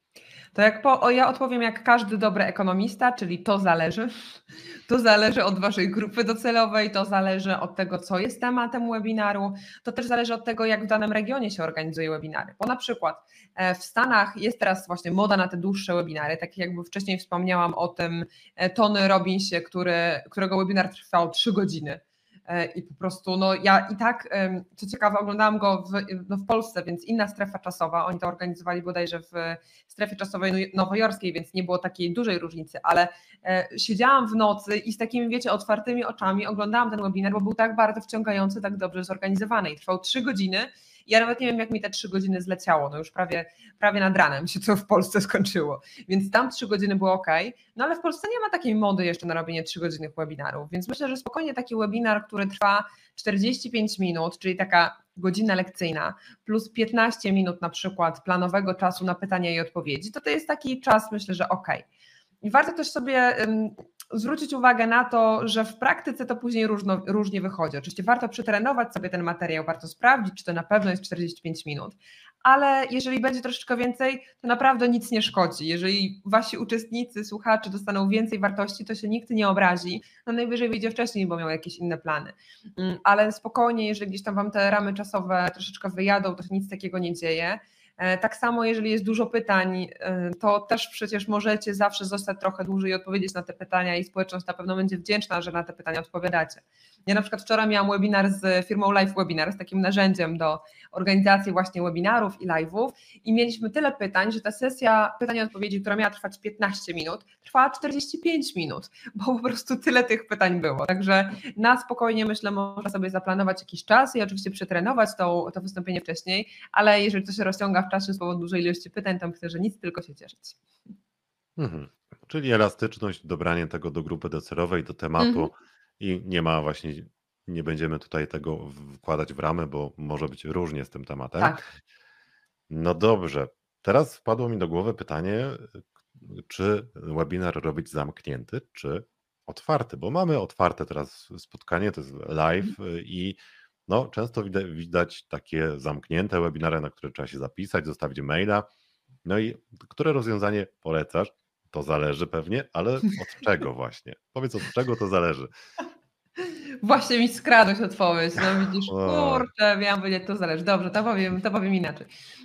To jak po, o, ja odpowiem jak każdy dobry ekonomista, czyli to zależy. To zależy od Waszej grupy docelowej, to zależy od tego, co jest tematem webinaru, to też zależy od tego, jak w danym regionie się organizuje webinary. Bo na przykład e, w Stanach jest teraz właśnie moda na te dłuższe webinary, tak jakby wcześniej wspomniałam o tym e, Tony Robbinsie, który, którego webinar trwał trzy godziny. E, I po prostu, no ja i tak, em, co ciekawe, oglądałam go w, no w Polsce, więc inna strefa czasowa. Oni to organizowali bodajże w strefie czasowej nowojorskiej, więc nie było takiej dużej różnicy, ale e, siedziałam w nocy i z takimi, wiecie, otwartymi oczami oglądałam ten webinar, bo był tak bardzo wciągający, tak dobrze zorganizowany i trwał trzy godziny. Ja nawet nie wiem, jak mi te trzy godziny zleciało, no już prawie, prawie nad ranem się to w Polsce skończyło, więc tam trzy godziny było ok, no ale w Polsce nie ma takiej mody jeszcze na robienie trzygodzinnych webinarów, więc myślę, że spokojnie taki webinar, który trwa czterdzieści pięć minut, czyli taka godzina lekcyjna, plus piętnaście minut na przykład planowego czasu na pytania i odpowiedzi, to to jest taki czas, myślę, że ok. I warto też sobie um, zwrócić uwagę na to, że w praktyce to później różno, różnie wychodzi. Oczywiście warto przetrenować sobie ten materiał, warto sprawdzić, czy to na pewno jest czterdzieści pięć minut, ale jeżeli będzie troszeczkę więcej, to naprawdę nic nie szkodzi. Jeżeli wasi uczestnicy, słuchacze dostaną więcej wartości, to się nikt nie obrazi, no najwyżej wyjdzie wcześniej, bo miał jakieś inne plany. Ale spokojnie, jeżeli gdzieś tam wam te ramy czasowe troszeczkę wyjadą, to się nic takiego nie dzieje. Tak samo, jeżeli jest dużo pytań, to też przecież możecie zawsze zostać trochę dłużej i odpowiedzieć na te pytania i społeczność na pewno będzie wdzięczna, że na te pytania odpowiadacie. Ja na przykład wczoraj miałam webinar z firmą Live Webinar, z takim narzędziem do organizacji właśnie webinarów i live'ów i mieliśmy tyle pytań, że ta sesja pytań i odpowiedzi, która miała trwać piętnaście minut, trwała czterdzieści pięć minut, bo po prostu tyle tych pytań było. Także na spokojnie, myślę, można sobie zaplanować jakiś czas i oczywiście przetrenować to, to wystąpienie wcześniej, ale jeżeli to się rozciąga w czasie z powodu dużej ilości pytań, to myślę, że nic, tylko się cieszyć. Mhm. Czyli elastyczność, dobranie tego do grupy docelowej, do tematu Mhm. i nie ma właśnie, nie będziemy tutaj tego wkładać w ramy, bo może być różnie z tym tematem. Tak. No dobrze, teraz wpadło mi do głowy pytanie, czy webinar robić zamknięty, czy otwarty, bo mamy otwarte teraz spotkanie, to jest live i no, często widać, widać takie zamknięte webinary, na które trzeba się zapisać, zostawić maila. No i które rozwiązanie polecasz? To zależy pewnie, ale od czego właśnie? Powiedz, od czego to zależy? Właśnie mi skradłeś odpowiedź, no widzisz, Oj, kurczę, miałam powiedzieć, to zależy. Dobrze, to powiem, to powiem inaczej.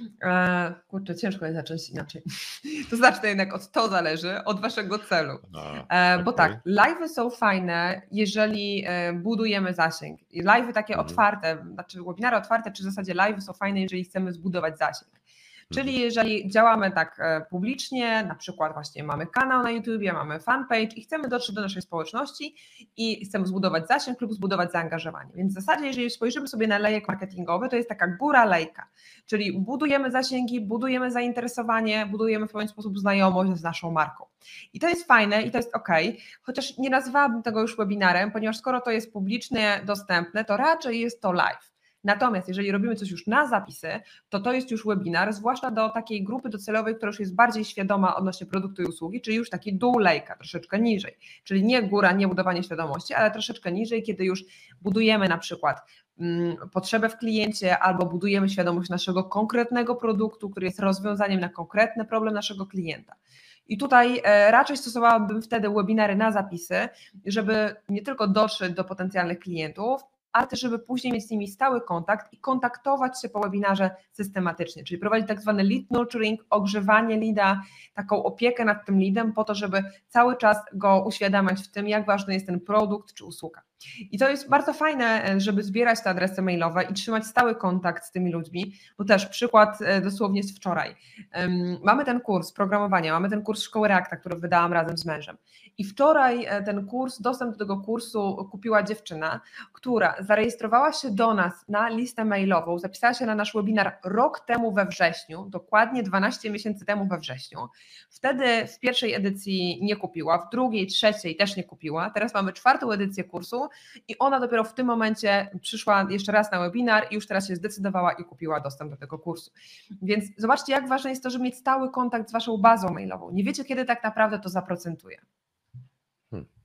E, kurczę, ciężko jest zacząć inaczej. To zacznę jednak od to zależy, od waszego celu. a, E, bo okej. tak, live'y są fajne, jeżeli e, budujemy zasięg. I live'y takie Mhm, otwarte, znaczy webinary otwarte, czy w zasadzie live'y są fajne, jeżeli chcemy zbudować zasięg. mhm, Czyli jeżeli działamy tak e, publicznie, na przykład właśnie mamy kanał na YouTubie, mamy fanpage i chcemy dotrzeć do naszej społeczności i chcemy zbudować zasięg lub zbudować zaangażowanie. Więc w zasadzie, jeżeli spojrzymy sobie na lejek marketingowy, to jest taka góra lejka, czyli budujemy zasięgi, budujemy zainteresowanie, budujemy w pewien sposób znajomość z naszą marką. I to jest fajne i to jest ok, chociaż nie nazwałabym tego już webinarem, ponieważ skoro to jest publicznie dostępne, to raczej jest to live. Natomiast jeżeli robimy coś już na zapisy, to to jest już webinar, zwłaszcza do takiej grupy docelowej, która już jest bardziej świadoma odnośnie produktu i usługi, czyli już taki dół lejka, troszeczkę niżej. Czyli nie góra, nie budowanie świadomości, ale troszeczkę niżej, kiedy już budujemy na przykład mm, potrzebę w kliencie albo budujemy świadomość naszego konkretnego produktu, który jest rozwiązaniem na konkretny problem naszego klienta. I tutaj e, raczej stosowałabym wtedy webinary na zapisy, żeby nie tylko dotrzeć do potencjalnych klientów, ale też żeby później mieć z nimi stały kontakt i kontaktować się po webinarze systematycznie, czyli prowadzić tak zwany lead nurturing, ogrzewanie leada, taką opiekę nad tym leadem po to, żeby cały czas go uświadamiać w tym, jak ważny jest ten produkt czy usługa. I to jest bardzo fajne, żeby zbierać te adresy mailowe i trzymać stały kontakt z tymi ludźmi, bo też przykład dosłownie z wczoraj. Mamy ten kurs programowania, mamy ten kurs Szkoły Reacta, który wydałam razem z mężem i wczoraj ten kurs, dostęp do tego kursu kupiła dziewczyna, która zarejestrowała się do nas na listę mailową, zapisała się na nasz webinar rok temu we wrześniu, dokładnie dwanaście miesięcy temu we wrześniu. Wtedy w pierwszej edycji nie kupiła, w drugiej, trzeciej też nie kupiła, teraz mamy czwartą edycję kursu i ona dopiero w tym momencie przyszła jeszcze raz na webinar i już teraz się zdecydowała i kupiła dostęp do tego kursu. Więc zobaczcie, jak ważne jest to, żeby mieć stały kontakt z waszą bazą mailową. Nie wiecie, kiedy tak naprawdę to zaprocentuje. hmm.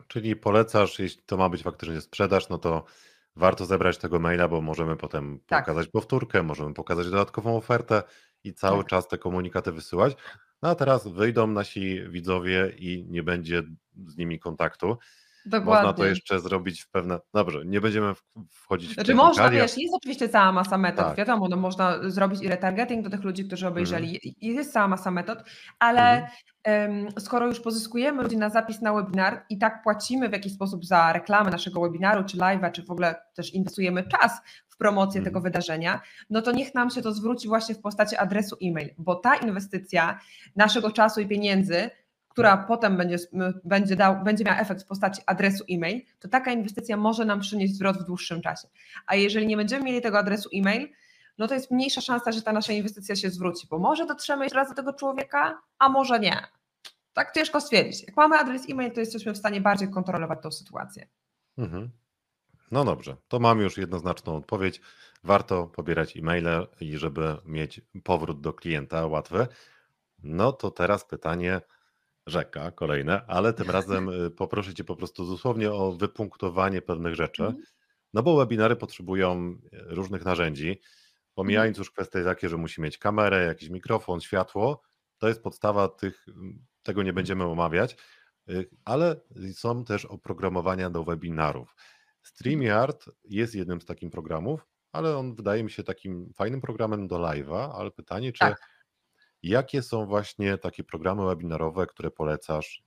Czyli polecasz, jeśli to ma być faktycznie sprzedaż, no to warto zebrać tego maila, bo możemy potem Tak, pokazać powtórkę, możemy pokazać dodatkową ofertę i cały tak, czas te komunikaty wysyłać. No a teraz wyjdą nasi widzowie i nie będzie z nimi kontaktu. Można to dokładnie. jeszcze zrobić w pewne. Dobrze, nie będziemy w- wchodzić w Znaczy można, technikalia. wiesz, jest oczywiście cała masa metod, Tak. wiadomo, no można zrobić i retargeting do tych ludzi, którzy Mhm. obejrzeli i i jest cała masa metod, ale Mhm. em, skoro już pozyskujemy ludzi na zapis na webinar i tak płacimy w jakiś sposób za reklamę naszego webinaru, czy live'a, czy w ogóle też inwestujemy czas w promocję tego Mhm. wydarzenia, no to niech nam się to zwróci właśnie w postaci adresu e-mail, bo ta inwestycja naszego czasu i pieniędzy, która potem będzie, będzie, dał, będzie miała efekt w postaci adresu e-mail, to taka inwestycja może nam przynieść zwrot w dłuższym czasie. A jeżeli nie będziemy mieli tego adresu e-mail, no to jest mniejsza szansa, że ta nasza inwestycja się zwróci, bo może dotrzemy jeszcze raz do tego człowieka, a może nie. Tak ciężko stwierdzić. Jak mamy adres e-mail, to jesteśmy w stanie bardziej kontrolować tą sytuację. Mhm. No dobrze, to mam już jednoznaczną odpowiedź. Warto pobierać e-maile i żeby mieć powrót do klienta łatwy. No to teraz pytanie rzeka, kolejne, ale tym razem y, poproszę Cię po prostu dosłownie o wypunktowanie pewnych rzeczy, Mhm. no bo webinary potrzebują y, różnych narzędzi, Mhm. pomijając już kwestie takie, że musi mieć kamerę, jakiś mikrofon, światło, to jest podstawa tych, mm, tego nie będziemy omawiać, y, ale są też oprogramowania do webinarów. Mhm. StreamYard jest jednym z takich programów, ale on wydaje mi się takim fajnym programem do live'a, ale pytanie, czy Tak. jakie są właśnie takie programy webinarowe, które polecasz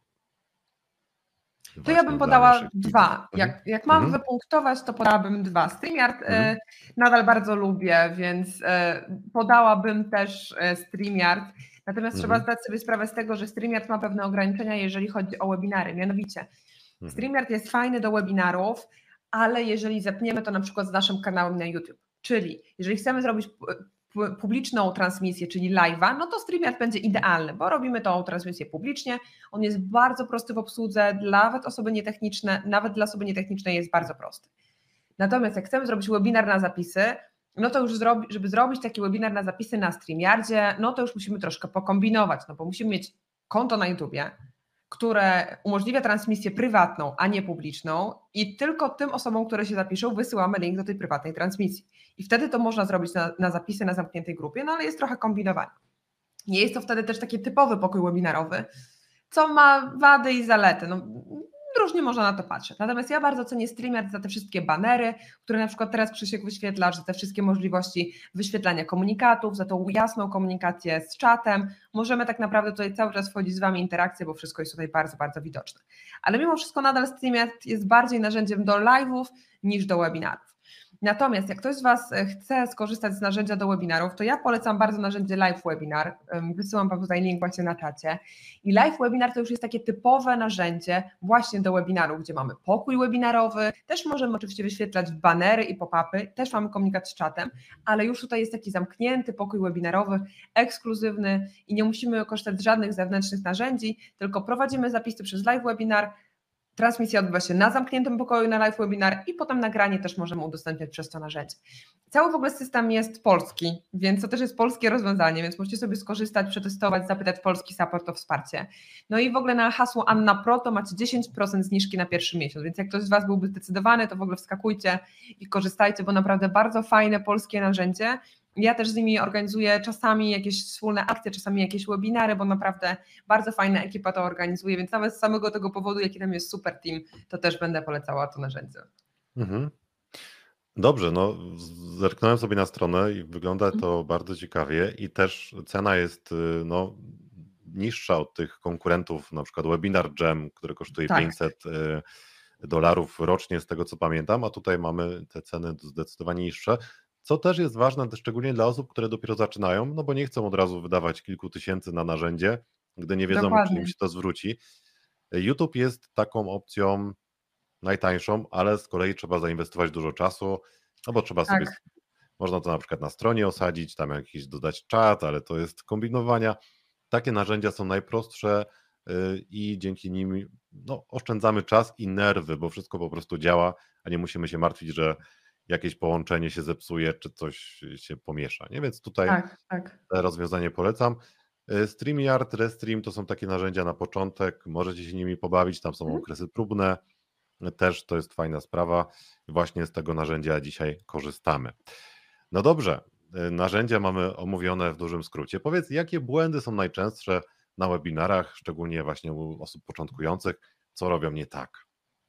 To ja właśnie bym dla podała naszych widzów? dwa. Mhm. Jak, jak mam Mhm. wypunktować, to podałabym dwa. StreamYard Mhm. e, nadal bardzo lubię, więc e, podałabym też e, StreamYard. Natomiast trzeba Mhm. zdać sobie sprawę z tego, że StreamYard ma pewne ograniczenia, jeżeli chodzi o webinary. Mianowicie, Mhm. StreamYard jest fajny do webinarów, ale jeżeli zepniemy to na przykład z naszym kanałem na YouTube, czyli jeżeli chcemy zrobić publiczną transmisję, czyli live'a, no to StreamYard będzie idealny, bo robimy tą transmisję publicznie, on jest bardzo prosty w obsłudze, nawet osoby nietechniczne, nawet dla osoby nietechnicznej jest bardzo prosty. Natomiast jak chcemy zrobić webinar na zapisy, no to już zrobi, żeby zrobić taki webinar na zapisy na StreamYardzie, no to już musimy troszkę pokombinować, no bo musimy mieć konto na YouTubie, które umożliwia transmisję prywatną, a nie publiczną i tylko tym osobom, które się zapiszą, wysyłamy link do tej prywatnej transmisji. I wtedy to można zrobić na, na zapisy na zamkniętej grupie, no ale jest trochę kombinowania. Nie jest to wtedy też taki typowy pokój webinarowy, co ma wady i zalety. No, różnie można na to patrzeć. Natomiast ja bardzo cenię StreamYard za te wszystkie banery, które na przykład teraz Krzysiek wyświetla, za te wszystkie możliwości wyświetlania komunikatów, za tą jasną komunikację z czatem. Możemy tak naprawdę tutaj cały czas wchodzić z Wami w interakcję, bo wszystko jest tutaj bardzo, bardzo widoczne. Ale mimo wszystko nadal StreamYard jest bardziej narzędziem do live'ów niż do webinarów. Natomiast jak ktoś z Was chce skorzystać z narzędzia do webinarów, to ja polecam bardzo narzędzie Live Webinar. Wysyłam Wam tutaj link właśnie na czacie. I Live Webinar to już jest takie typowe narzędzie właśnie do webinaru, gdzie mamy pokój webinarowy, też możemy oczywiście wyświetlać banery i pop-upy, też mamy komunikat z czatem, ale już tutaj jest taki zamknięty pokój webinarowy, ekskluzywny i nie musimy korzystać z żadnych zewnętrznych narzędzi, tylko prowadzimy zapisy przez Live Webinar. Transmisja odbywa się na zamkniętym pokoju na live webinar i potem nagranie też możemy udostępniać przez to narzędzie. Cały w ogóle system jest polski, więc to też jest polskie rozwiązanie, więc możecie sobie skorzystać, przetestować, zapytać polski support o wsparcie. No i w ogóle na hasło Anna Pro to macie dziesięć procent zniżki na pierwszy miesiąc, więc jak ktoś z Was byłby zdecydowany, to w ogóle wskakujcie i korzystajcie, bo naprawdę bardzo fajne polskie narzędzie. Ja też z nimi organizuję czasami jakieś wspólne akcje, czasami jakieś webinary, bo naprawdę bardzo fajna ekipa to organizuje, więc nawet z samego tego powodu, jaki tam jest super team, to też będę polecała to narzędzie. Mhm. Dobrze, no zerknąłem sobie na stronę i wygląda Mhm. to bardzo ciekawie i też cena jest y, no, niższa od tych konkurentów, na przykład Webinar Jam, który kosztuje Tak, pięćset y, dolarów rocznie z tego co pamiętam, a tutaj mamy te ceny zdecydowanie niższe, co też jest ważne, szczególnie dla osób, które dopiero zaczynają, no bo nie chcą od razu wydawać kilku tysięcy na narzędzie, gdy nie wiedzą, czy im dokładnie. się to zwróci. YouTube jest taką opcją najtańszą, ale z kolei trzeba zainwestować dużo czasu, no bo trzeba sobie, Tak, można to na przykład na stronie osadzić, tam jakiś dodać czat, ale to jest kombinowania. Takie narzędzia są najprostsze y, i dzięki nim no, oszczędzamy czas i nerwy, bo wszystko po prostu działa, a nie musimy się martwić, że jakieś połączenie się zepsuje, czy coś się pomiesza. Nie? Więc tutaj tak, tak. te rozwiązanie polecam. Y, StreamYard, Restream to są takie narzędzia na początek, możecie się nimi pobawić, tam są Mhm. okresy próbne, też to jest fajna sprawa. Właśnie z tego narzędzia dzisiaj korzystamy. No dobrze, y, narzędzia mamy omówione w dużym skrócie. Powiedz, jakie błędy są najczęstsze na webinarach, szczególnie właśnie u osób początkujących, co robią nie tak?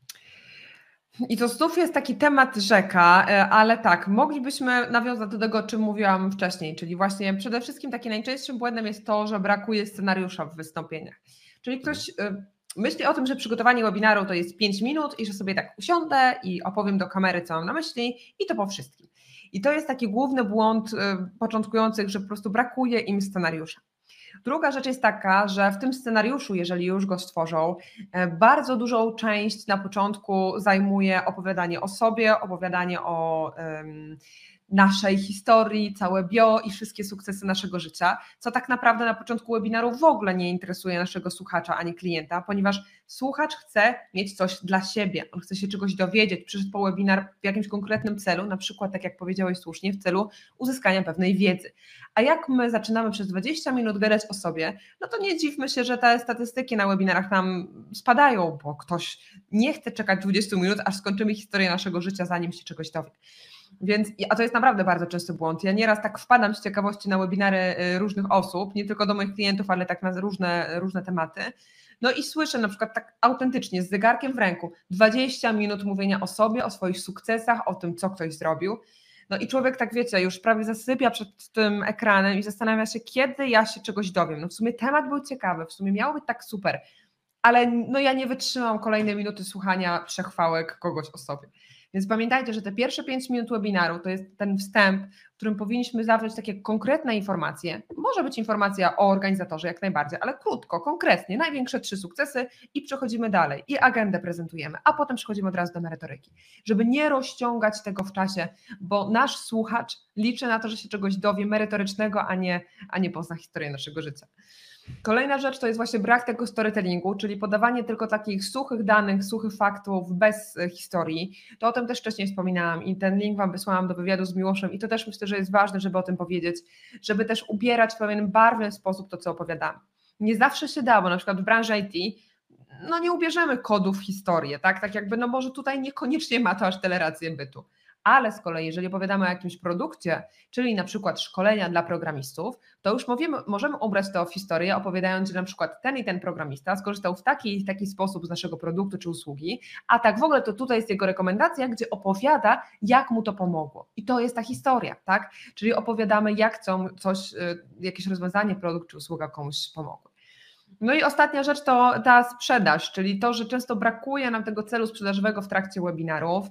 I to znów jest taki temat rzeka, e, ale tak, moglibyśmy nawiązać do tego, o czym mówiłam wcześniej, czyli właśnie przede wszystkim takim najczęstszym błędem jest to, że brakuje scenariusza w wystąpieniach. Czyli Mhm. ktoś e, myśli o tym, że przygotowanie webinaru to jest pięć minut i że sobie tak usiądę i opowiem do kamery, co mam na myśli i to po wszystkim. I to jest taki główny błąd e, początkujących, że po prostu brakuje im scenariusza. Druga rzecz jest taka, że w tym scenariuszu, jeżeli już go stworzą, e, bardzo dużą część na początku zajmuje opowiadanie o sobie, opowiadanie o um, naszej historii, całe bio i wszystkie sukcesy naszego życia, co tak naprawdę na początku webinaru w ogóle nie interesuje naszego słuchacza ani klienta, ponieważ słuchacz chce mieć coś dla siebie, on chce się czegoś dowiedzieć, przyszedł po webinar w jakimś konkretnym celu, na przykład, tak jak powiedziałeś słusznie, w celu uzyskania pewnej wiedzy. A jak my zaczynamy przez dwadzieścia minut gadać o sobie, no to nie dziwmy się, że te statystyki na webinarach nam spadają, bo ktoś nie chce czekać dwadzieścia minut, aż skończymy historię naszego życia, zanim się czegoś dowie. Więc, a to jest naprawdę bardzo częsty błąd. Ja nieraz tak wpadam z ciekawości na webinary różnych osób, nie tylko do moich klientów, ale tak na różne, różne tematy. No i słyszę na przykład tak autentycznie, z zegarkiem w ręku, dwadzieścia minut mówienia o sobie, o swoich sukcesach, o tym, co ktoś zrobił. No i człowiek, tak wiecie, już prawie zasypia przed tym ekranem i zastanawia się, kiedy ja się czegoś dowiem. No w sumie temat był ciekawy, w sumie miało być tak super, ale no ja nie wytrzymam kolejnej minuty słuchania przechwałek kogoś o sobie. Więc pamiętajcie, że te pierwsze pięć minut webinaru to jest ten wstęp, w którym powinniśmy zawrzeć takie konkretne informacje. Może być informacja o organizatorze jak najbardziej, ale krótko, konkretnie, największe trzy sukcesy i przechodzimy dalej i agendę prezentujemy, a potem przechodzimy od razu do merytoryki, żeby nie rozciągać tego w czasie, bo nasz słuchacz liczy na to, że się czegoś dowie merytorycznego, a nie, a nie pozna historię naszego życia. Kolejna rzecz to jest właśnie brak tego storytellingu, czyli podawanie tylko takich suchych danych, suchych faktów bez historii. To o tym też wcześniej wspominałam i ten link Wam wysłałam do wywiadu z Miłoszem i to też myślę, że jest ważne, żeby o tym powiedzieć, żeby też ubierać w pewien barwny sposób to, co opowiadamy. Nie zawsze się da, bo na przykład w branży I T no nie ubierzemy kodów w historię, tak? Tak jakby, no może tutaj niekoniecznie ma to aż tyle rację bytu. Ale z kolei, jeżeli opowiadamy o jakimś produkcie, czyli na przykład szkolenia dla programistów, to już mówimy, możemy ubrać to w historię, opowiadając, że na przykład ten i ten programista skorzystał w taki i taki sposób z naszego produktu czy usługi, a tak w ogóle to tutaj jest jego rekomendacja, gdzie opowiada, jak mu to pomogło. I to jest ta historia, tak? Czyli opowiadamy, jak coś, jakieś rozwiązanie, produkt czy usługa komuś pomogły. No i ostatnia rzecz to ta sprzedaż, czyli to, że często brakuje nam tego celu sprzedażowego w trakcie webinarów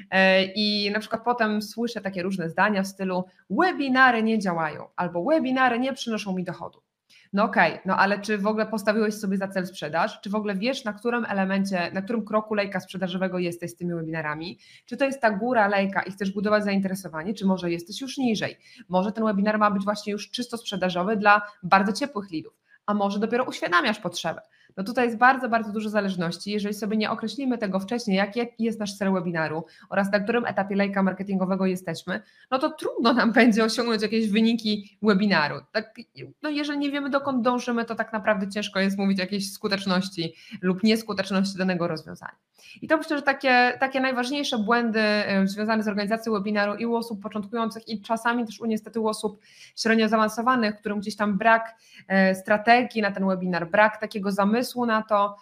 i na przykład potem słyszę takie różne zdania w stylu webinary nie działają albo webinary nie przynoszą mi dochodu. No okej, okay, no ale czy w ogóle postawiłeś sobie za cel sprzedaż? Czy w ogóle wiesz, na którym elemencie, na którym kroku lejka sprzedażowego jesteś z tymi webinarami? Czy to jest ta góra lejka i chcesz budować zainteresowanie, czy może jesteś już niżej? Może ten webinar ma być właśnie już czysto sprzedażowy dla bardzo ciepłych lidów, a może dopiero uświadamiasz potrzebę. No tutaj jest bardzo, bardzo dużo zależności. Jeżeli sobie nie określimy tego wcześniej, jaki jest nasz cel webinaru oraz na którym etapie lejka marketingowego jesteśmy, no to trudno nam będzie osiągnąć jakieś wyniki webinaru. Tak, no jeżeli nie wiemy, dokąd dążymy, to tak naprawdę ciężko jest mówić o jakiejś skuteczności lub nieskuteczności danego rozwiązania. I to myślę, że takie, takie najważniejsze błędy związane z organizacją webinaru i u osób początkujących i czasami też u niestety u osób średnio zaawansowanych, którym gdzieś tam brak strategii na ten webinar, brak takiego zamysłu na to,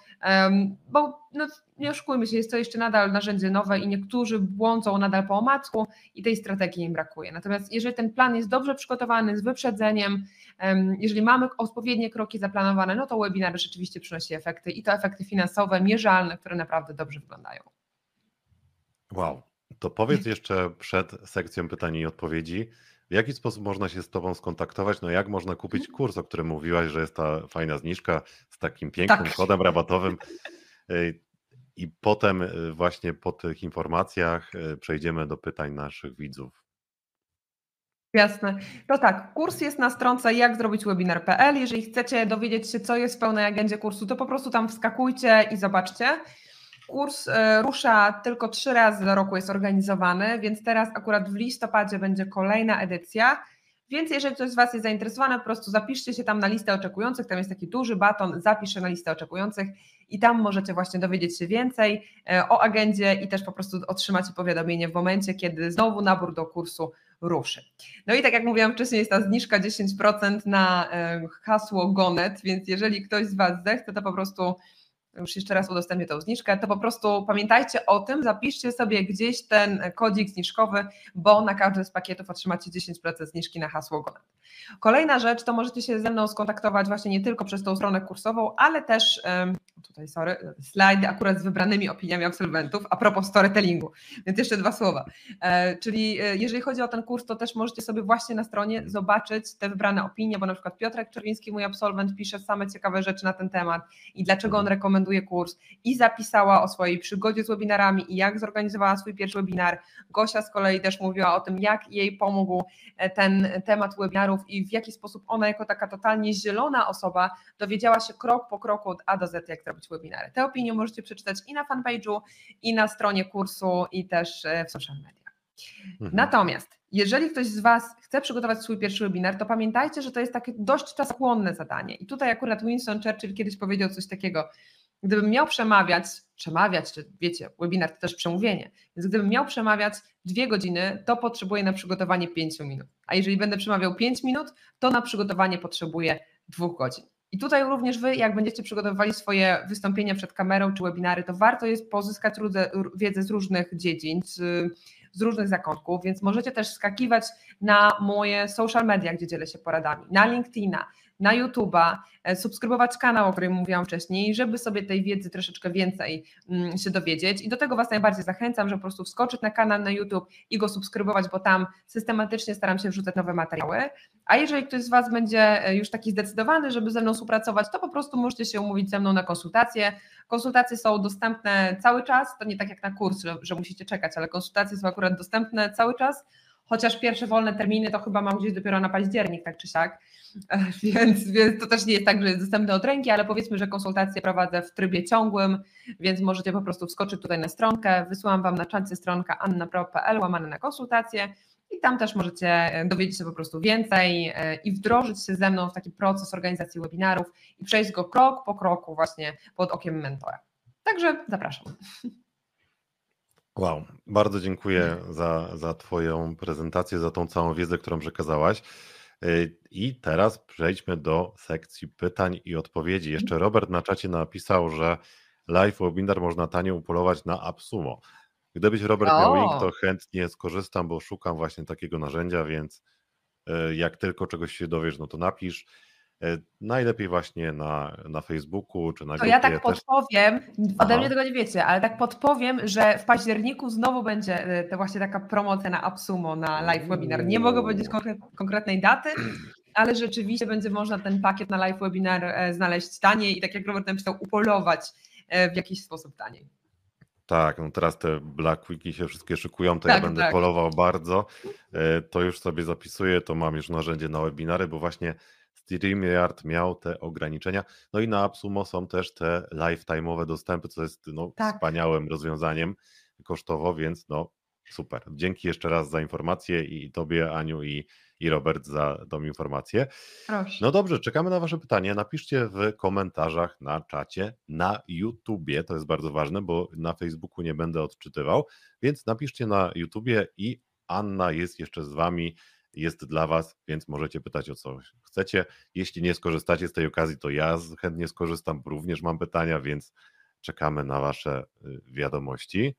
bo no, nie oszukujmy się, jest to jeszcze nadal narzędzie nowe i niektórzy błądzą nadal po omacku i tej strategii im brakuje. Natomiast jeżeli ten plan jest dobrze przygotowany, z wyprzedzeniem, jeżeli mamy odpowiednie kroki zaplanowane, no to webinary rzeczywiście przynosi efekty i to efekty finansowe, mierzalne, które naprawdę dobrze wyglądają. Wow, to powiedz jeszcze przed sekcją pytań i odpowiedzi, w jaki sposób można się z Tobą skontaktować, no jak można kupić kurs, o którym mówiłaś, że jest ta fajna zniżka z takim pięknym Tak. kodem rabatowym i potem właśnie po tych informacjach przejdziemy do pytań naszych widzów. Jasne. To tak, kurs jest na stronce jak zrobić webinar kropka p l. Jeżeli chcecie dowiedzieć się, co jest w pełnej agendzie kursu, to po prostu tam wskakujcie i zobaczcie. Kurs rusza tylko trzy razy do roku, jest organizowany, więc teraz akurat w listopadzie będzie kolejna edycja, Więc jeżeli ktoś z Was jest zainteresowany, po prostu zapiszcie się tam na listę oczekujących, tam jest taki duży baton, zapisz się na listę oczekujących i tam możecie właśnie dowiedzieć się więcej o agendzie i też po prostu otrzymacie powiadomienie w momencie, kiedy znowu nabór do kursu ruszy. No i tak jak mówiłam wcześniej, jest ta zniżka dziesięć procent na hasło Gonet, więc jeżeli ktoś z Was zechce, to po prostu już jeszcze raz udostępnię tą zniżkę, to po prostu pamiętajcie o tym, zapiszcie sobie gdzieś ten kodzik zniżkowy, bo na każdy z pakietów otrzymacie dziesięć procent zniżki na hasło Gonet. Kolejna rzecz, to możecie się ze mną skontaktować właśnie nie tylko przez tą stronę kursową, ale też, tutaj sorry, slajdy akurat z wybranymi opiniami absolwentów, a propos storytellingu, więc jeszcze dwa słowa. Czyli jeżeli chodzi o ten kurs, to też możecie sobie właśnie na stronie zobaczyć te wybrane opinie, bo na przykład Piotrek Czerwiński, mój absolwent, pisze same ciekawe rzeczy na ten temat i dlaczego on rekomenduje kurs i zapisała o swojej przygodzie z webinarami i jak zorganizowała swój pierwszy webinar. Gosia z kolei też mówiła o tym, jak jej pomógł ten temat webinarów i w jaki sposób ona jako taka totalnie zielona osoba dowiedziała się krok po kroku od A do Z, jak zrobić webinary. Te opinie możecie przeczytać i na fanpage'u, i na stronie kursu, i też w social media. Mhm. Natomiast jeżeli ktoś z Was chce przygotować swój pierwszy webinar, to pamiętajcie, że to jest takie dość czasochłonne zadanie. I tutaj akurat Winston Churchill kiedyś powiedział coś takiego: gdybym miał przemawiać, przemawiać, czy wiecie, webinar to też przemówienie, więc gdybym miał przemawiać dwie godziny, to potrzebuję na przygotowanie pięciu minut. A jeżeli będę przemawiał pięć minut, to na przygotowanie potrzebuję dwóch godzin. I tutaj również Wy, jak będziecie przygotowywali swoje wystąpienia przed kamerą czy webinary, to warto jest pozyskać wiedzę z różnych dziedzin, z, z różnych zakątków, więc możecie też skakiwać na moje social media, gdzie dzielę się poradami, na LinkedIna, na YouTube'a, subskrybować kanał, o którym mówiłam wcześniej, żeby sobie tej wiedzy troszeczkę więcej się dowiedzieć i do tego Was najbardziej zachęcam, żeby po prostu wskoczyć na kanał na YouTube i go subskrybować, bo tam systematycznie staram się wrzucać nowe materiały, a jeżeli ktoś z Was będzie już taki zdecydowany, żeby ze mną współpracować, to po prostu możecie się umówić ze mną na konsultacje. Konsultacje są dostępne cały czas, to nie tak jak na kurs, że, że musicie czekać, ale konsultacje są akurat dostępne cały czas, chociaż pierwsze wolne terminy to chyba mam gdzieś dopiero na październik, tak czy siak, więc, więc to też nie jest tak, że jest dostępne od ręki, ale powiedzmy, że konsultacje prowadzę w trybie ciągłym, więc możecie po prostu wskoczyć tutaj na stronkę, wysyłam Wam na czacie stronka annapro kropka pl łamane na konsultacje i tam też możecie dowiedzieć się po prostu więcej i wdrożyć się ze mną w taki proces organizacji webinarów i przejść go krok po kroku właśnie pod okiem mentora. Także zapraszam. Wow, bardzo dziękuję za, za Twoją prezentację, za tą całą wiedzę, którą przekazałaś. I teraz przejdźmy do sekcji pytań i odpowiedzi. Jeszcze Robert na czacie napisał, że live webinar można tanio upolować na AppSumo. Gdybyś, Robert, miał link, to chętnie skorzystam, bo szukam właśnie takiego narzędzia, więc jak tylko czegoś się dowiesz, no to napisz. Najlepiej właśnie na, na Facebooku czy na grupie. To ja tak podpowiem, też... ode mnie tego nie wiecie, ale tak podpowiem, że w październiku znowu będzie to właśnie taka promocja na AppSumo, na live webinar. Nie mogę powiedzieć konkretnej daty, ale rzeczywiście będzie można ten pakiet na live webinar znaleźć taniej i tak jak Robert napisał, upolować w jakiś sposób taniej. Tak, no teraz te Black Weeki się wszystkie szykują, to tak, ja będę tak. polował bardzo. To już sobie zapisuję, to mam już narzędzie na webinary, bo właśnie StreamYard miał te ograniczenia. No i na AppSumo są też te lifetime'owe dostępy, co jest no, tak. wspaniałym rozwiązaniem kosztowo, więc no super. Dzięki jeszcze raz za informację i Tobie, Aniu, i, i Robert za tą informację. Proszę. No dobrze, czekamy na Wasze pytanie. Napiszcie w komentarzach na czacie, na YouTubie, to jest bardzo ważne, bo na Facebooku nie będę odczytywał, więc napiszcie na YouTubie i Anna jest jeszcze z Wami, jest dla Was, więc możecie pytać o co chcecie. Jeśli nie skorzystacie z tej okazji, to ja chętnie skorzystam, również mam pytania, więc czekamy na Wasze wiadomości.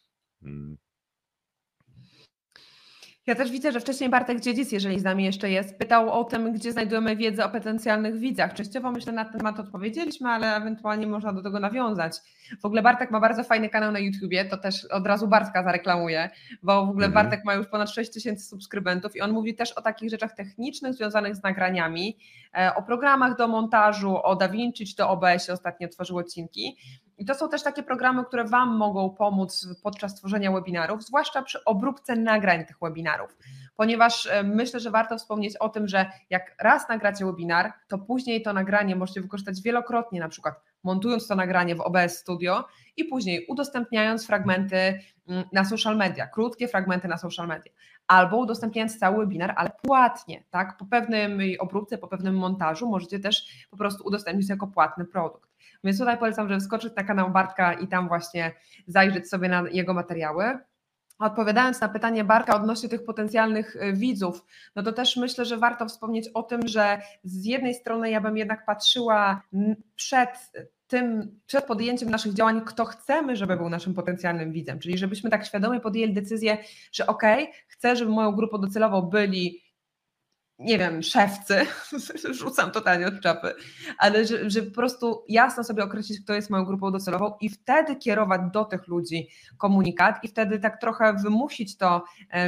Ja też widzę, że wcześniej Bartek Dziedzic, jeżeli z nami jeszcze jest, pytał o tym, gdzie znajdujemy wiedzę o potencjalnych widzach. Częściowo myślę na ten temat odpowiedzieliśmy, ale ewentualnie można do tego nawiązać. W ogóle Bartek ma bardzo fajny kanał na YouTubie, to też od razu Bartka zareklamuję, bo w ogóle mhm. Bartek ma już ponad sześć tysięcy subskrybentów i on mówi też o takich rzeczach technicznych związanych z nagraniami, o programach do montażu, o DaVinci czy do O B S-ie ostatnio tworzył odcinki. I to są też takie programy, które Wam mogą pomóc podczas tworzenia webinarów, zwłaszcza przy obróbce nagrań tych webinarów, ponieważ myślę, że warto wspomnieć o tym, że jak raz nagracie webinar, to później to nagranie możecie wykorzystać wielokrotnie, na przykład montując to nagranie w O B S Studio i później udostępniając fragmenty na social media, krótkie fragmenty na social media. albo udostępniając cały webinar, ale płatnie, tak? Po pewnym obróbce, po pewnym montażu możecie też po prostu udostępnić jako płatny produkt. Więc tutaj polecam, żeby wskoczyć na kanał Bartka i tam właśnie zajrzeć sobie na jego materiały. Odpowiadając na pytanie Bartka odnośnie tych potencjalnych widzów, no to też myślę, że warto wspomnieć o tym, że z jednej strony ja bym jednak patrzyła przed tym, przed podjęciem naszych działań, kto chcemy, żeby był naszym potencjalnym widzem, czyli żebyśmy tak świadomie podjęli decyzję, że okej, okay, chcę, żeby moją grupą docelową byli, nie wiem, szewcy, rzucam totalnie od czapy, ale że, że po prostu jasno sobie określić, kto jest moją grupą docelową i wtedy kierować do tych ludzi komunikat i wtedy tak trochę wymusić to,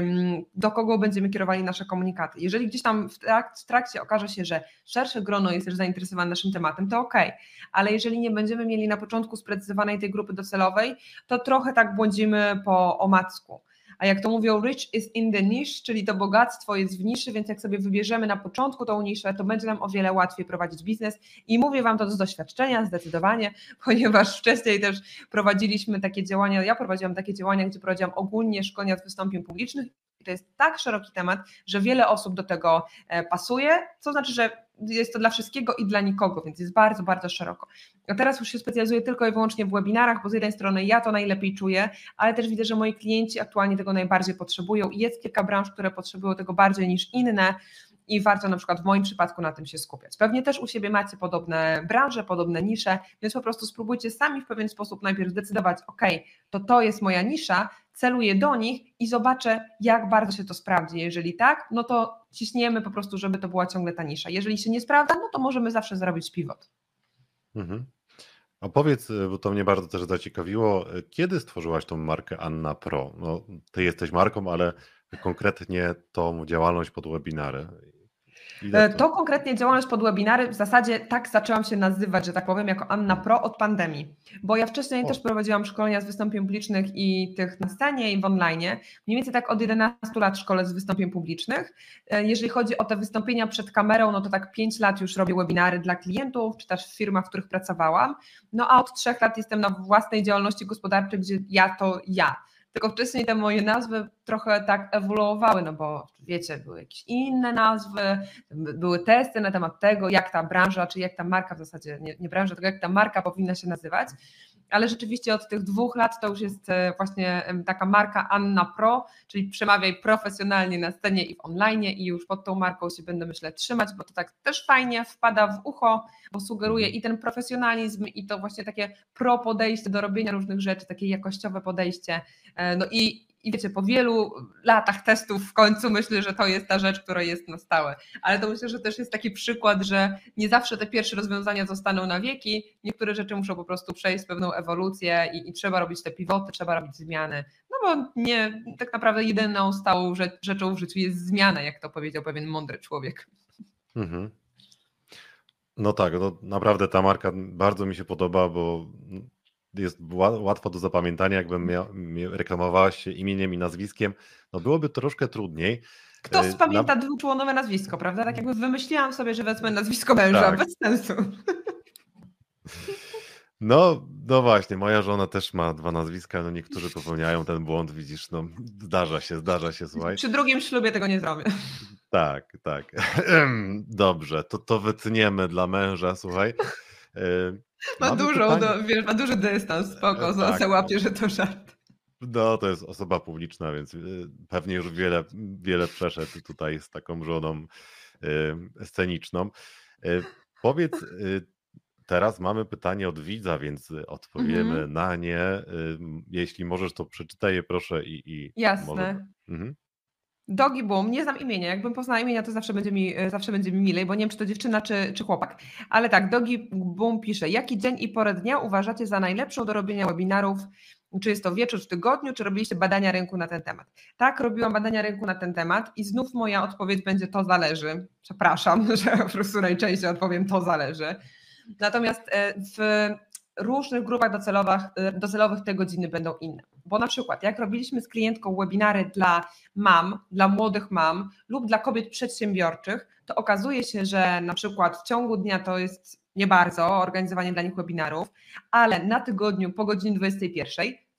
do kogo będziemy kierowali nasze komunikaty. Jeżeli gdzieś tam w, trak, w trakcie okaże się, że szersze grono jest też zainteresowane naszym tematem, to okej, okay. Ale jeżeli nie będziemy mieli na początku sprecyzowanej tej grupy docelowej, to trochę tak błądzimy po omacku. A jak to mówią, rich is in the niche, czyli to bogactwo jest w niszy, więc jak sobie wybierzemy na początku tą niszę, to będzie nam o wiele łatwiej prowadzić biznes i mówię Wam to z doświadczenia zdecydowanie, ponieważ wcześniej też prowadziliśmy takie działania, ja prowadziłam takie działania, gdzie prowadziłam ogólnie szkolenia z wystąpień publicznych i to jest tak szeroki temat, że wiele osób do tego pasuje, co znaczy, że jest to dla wszystkiego i dla nikogo, więc jest bardzo, bardzo szeroko. A teraz już się specjalizuję tylko i wyłącznie w webinarach, bo z jednej strony ja to najlepiej czuję, ale też widzę, że moi klienci aktualnie tego najbardziej potrzebują i jest kilka branż, które potrzebują tego bardziej niż inne i warto na przykład w moim przypadku na tym się skupiać. Pewnie też u siebie macie podobne branże, podobne nisze, więc po prostu spróbujcie sami w pewien sposób najpierw zdecydować, ok, to to jest moja nisza, celuję do nich i zobaczę, jak bardzo się to sprawdzi. Jeżeli tak, no to ciśniemy po prostu, żeby to była ciągle ta nisza. Jeżeli się nie sprawdza, no to możemy zawsze zrobić pivot. Mhm. A powiedz, bo to mnie bardzo też zaciekawiło, kiedy stworzyłaś tą markę Anna Pro? No, ty jesteś marką, ale konkretnie tą działalność pod webinary. Ile to... to konkretnie działalność pod webinary, w zasadzie tak zaczęłam się nazywać, że tak powiem, jako Anna Pro od pandemii, bo ja wcześniej o. też prowadziłam szkolenia z wystąpień publicznych i tych na scenie i w online. Mniej więcej tak od jedenastu lat szkolę z wystąpień publicznych. Jeżeli chodzi o te wystąpienia przed kamerą, no to tak pięć lat już robię webinary dla klientów, czy też w firmach, w których pracowałam. No a od trzech lat jestem na własnej działalności gospodarczej, gdzie ja to ja. Tylko wcześniej te moje nazwy trochę tak ewoluowały, no bo wiecie, były jakieś inne nazwy, były testy na temat tego, jak ta branża, czy jak ta marka w zasadzie, nie, nie branża, tylko jak ta marka powinna się nazywać, ale rzeczywiście od tych dwóch lat to już jest właśnie taka marka Anna Pro, czyli przemawiaj profesjonalnie na scenie i w online i już pod tą marką się będę, myślę, trzymać, bo to tak też fajnie wpada w ucho, bo sugeruje i ten profesjonalizm i to właśnie takie pro podejście do robienia różnych rzeczy, takie jakościowe podejście, no i I wiecie, po wielu latach testów w końcu myślę, że to jest ta rzecz, która jest na stałe. Ale to myślę, że też jest taki przykład, że nie zawsze te pierwsze rozwiązania zostaną na wieki. Niektóre rzeczy muszą po prostu przejść pewną ewolucję i, i trzeba robić te pivoty, trzeba robić zmiany. No bo nie, tak naprawdę jedyną stałą rzeczą w życiu jest zmiana, jak to powiedział pewien mądry człowiek. Mhm. No tak, no naprawdę ta marka bardzo mi się podoba, bo jest łatwo do zapamiętania, jakbym miał, reklamowałaś się imieniem i nazwiskiem, no byłoby troszkę trudniej. Kto pamięta Na... dwuczłonowe nazwisko, prawda? Tak jakby wymyśliłam sobie, że wezmę nazwisko męża, tak. Bez sensu. No, no właśnie, moja żona też ma dwa nazwiska, no niektórzy popełniają ten błąd, widzisz, no zdarza się, zdarza się, słuchaj. Przy drugim ślubie tego nie zrobię. Tak, tak. Dobrze, to to wytniemy dla męża, słuchaj. Ma dużo, do, wiesz, ma duży dystans, spoko, tak. Se łapie, że to żart. No, to jest osoba publiczna, więc pewnie już wiele, wiele przeszedł tutaj z taką żoną sceniczną. Powiedz, teraz mamy pytanie od widza, więc odpowiemy mhm. na nie. Jeśli możesz, to przeczytaj je proszę i... i Jasne. Może... Mhm. Dogi Boom, nie znam imienia, jakbym poznała imienia, to zawsze będzie mi, zawsze będzie mi milej, bo nie wiem, czy to dziewczyna, czy, czy chłopak. Ale tak, Dogi Boom pisze, jaki dzień i porę dnia uważacie za najlepszą do robienia webinarów? Czy jest to wieczór w tygodniu, czy robiliście badania rynku na ten temat? Tak, robiłam badania rynku na ten temat i znów moja odpowiedź będzie to zależy. Przepraszam, że po prostu najczęściej odpowiem to zależy. Natomiast w różnych grupach docelowych, docelowych te godziny będą inne. Bo na przykład jak robiliśmy z klientką webinary dla mam, dla młodych mam lub dla kobiet przedsiębiorczych, to okazuje się, że na przykład w ciągu dnia to jest nie bardzo organizowanie dla nich webinarów, ale na tygodniu po godzinie dwudziestej pierwszej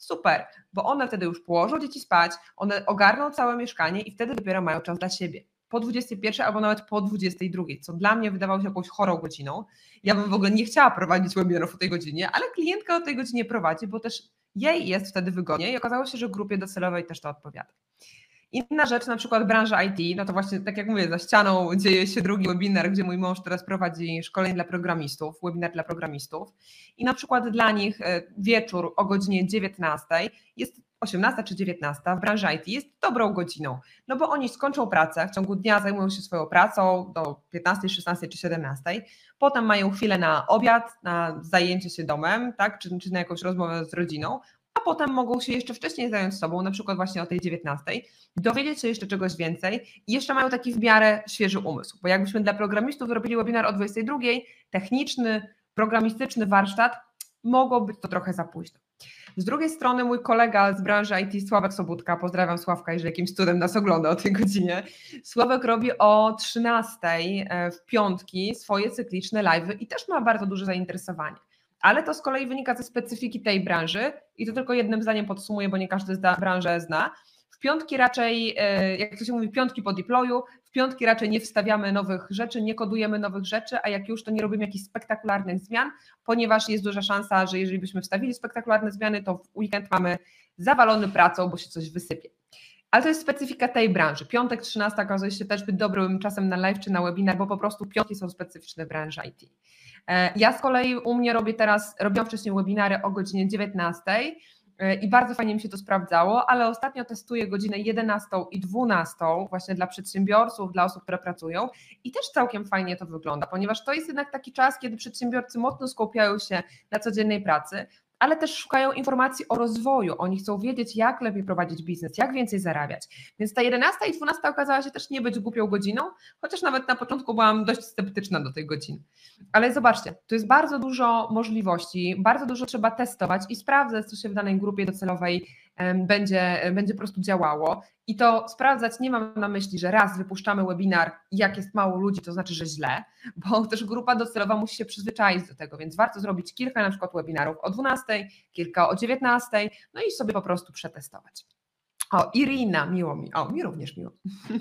super, bo one wtedy już położą dzieci spać, one ogarną całe mieszkanie i wtedy dopiero mają czas dla siebie. Po dwudziestej pierwszej albo nawet po dwudziestej drugiej, co dla mnie wydawało się jakąś chorą godziną. Ja bym w ogóle nie chciała prowadzić webinarów o tej godzinie, ale klientka o tej godzinie prowadzi, bo też jej jest wtedy wygodniej i okazało się, że grupie docelowej też to odpowiada. Inna rzecz, na przykład branża I T, no to właśnie tak jak mówię, za ścianą dzieje się drugi webinar, gdzie mój mąż teraz prowadzi szkolenie dla programistów, webinar dla programistów i na przykład dla nich wieczór o godzinie dziewiętnastej jest osiemnasta czy dziewiętnasta w branży I T jest dobrą godziną, no bo oni skończą pracę, w ciągu dnia zajmują się swoją pracą do piętnastej, szesnastej czy siedemnastej, potem mają chwilę na obiad, na zajęcie się domem, tak, czy, czy na jakąś rozmowę z rodziną, a potem mogą się jeszcze wcześniej zająć sobą, na przykład właśnie o tej dziewiętnastej, dowiedzieć się jeszcze czegoś więcej i jeszcze mają taki w miarę świeży umysł, bo jakbyśmy dla programistów zrobili webinar o dwudziestej drugiej, techniczny, programistyczny warsztat, mogło być to trochę za późno. Z drugiej strony mój kolega z branży I T, Sławek Sobótka, pozdrawiam Sławka, jeżeli jakimś cudem nas ogląda o tej godzinie, Sławek robi o trzynastej w piątki swoje cykliczne live'y i też ma bardzo duże zainteresowanie. Ale to z kolei wynika ze specyfiki tej branży i to tylko jednym zdaniem podsumuję, bo nie każdy zda, branżę zna. W piątki raczej, jak to się mówi, piątki po deployu, w piątki raczej nie wstawiamy nowych rzeczy, nie kodujemy nowych rzeczy, a jak już to nie robimy jakichś spektakularnych zmian, ponieważ jest duża szansa, że jeżeli byśmy wstawili spektakularne zmiany, to w weekend mamy zawalony pracą, bo się coś wysypie. Ale to jest specyfika tej branży. Piątek trzynasta okazuje się też być dobrym czasem na live czy na webinar, bo po prostu piątki są specyficzne w branży I T. Ja z kolei u mnie robię teraz, robiłam wcześniej webinary o godzinie dziewiętnastej i bardzo fajnie mi się to sprawdzało, ale ostatnio testuję godzinę jedenastą i dwunastą właśnie dla przedsiębiorców, dla osób, które pracują i też całkiem fajnie to wygląda, ponieważ to jest jednak taki czas, kiedy przedsiębiorcy mocno skupiają się na codziennej pracy, ale też szukają informacji o rozwoju, oni chcą wiedzieć, jak lepiej prowadzić biznes, jak więcej zarabiać. Więc ta jedenasta i dwunasta okazała się też nie być głupią godziną, chociaż nawet na początku byłam dość sceptyczna do tej godziny. Ale zobaczcie, tu jest bardzo dużo możliwości, bardzo dużo trzeba testować i sprawdzać, co się w danej grupie docelowej będzie, będzie po prostu działało. I to sprawdzać nie mam na myśli, że raz wypuszczamy webinar i jak jest mało ludzi, to znaczy, że źle, bo też grupa docelowa musi się przyzwyczaić do tego, więc warto zrobić kilka na przykład webinarów o dwunastej, kilka o dziewiętnastej, no i sobie po prostu przetestować. O, Irina, miło mi, o, mi również miło.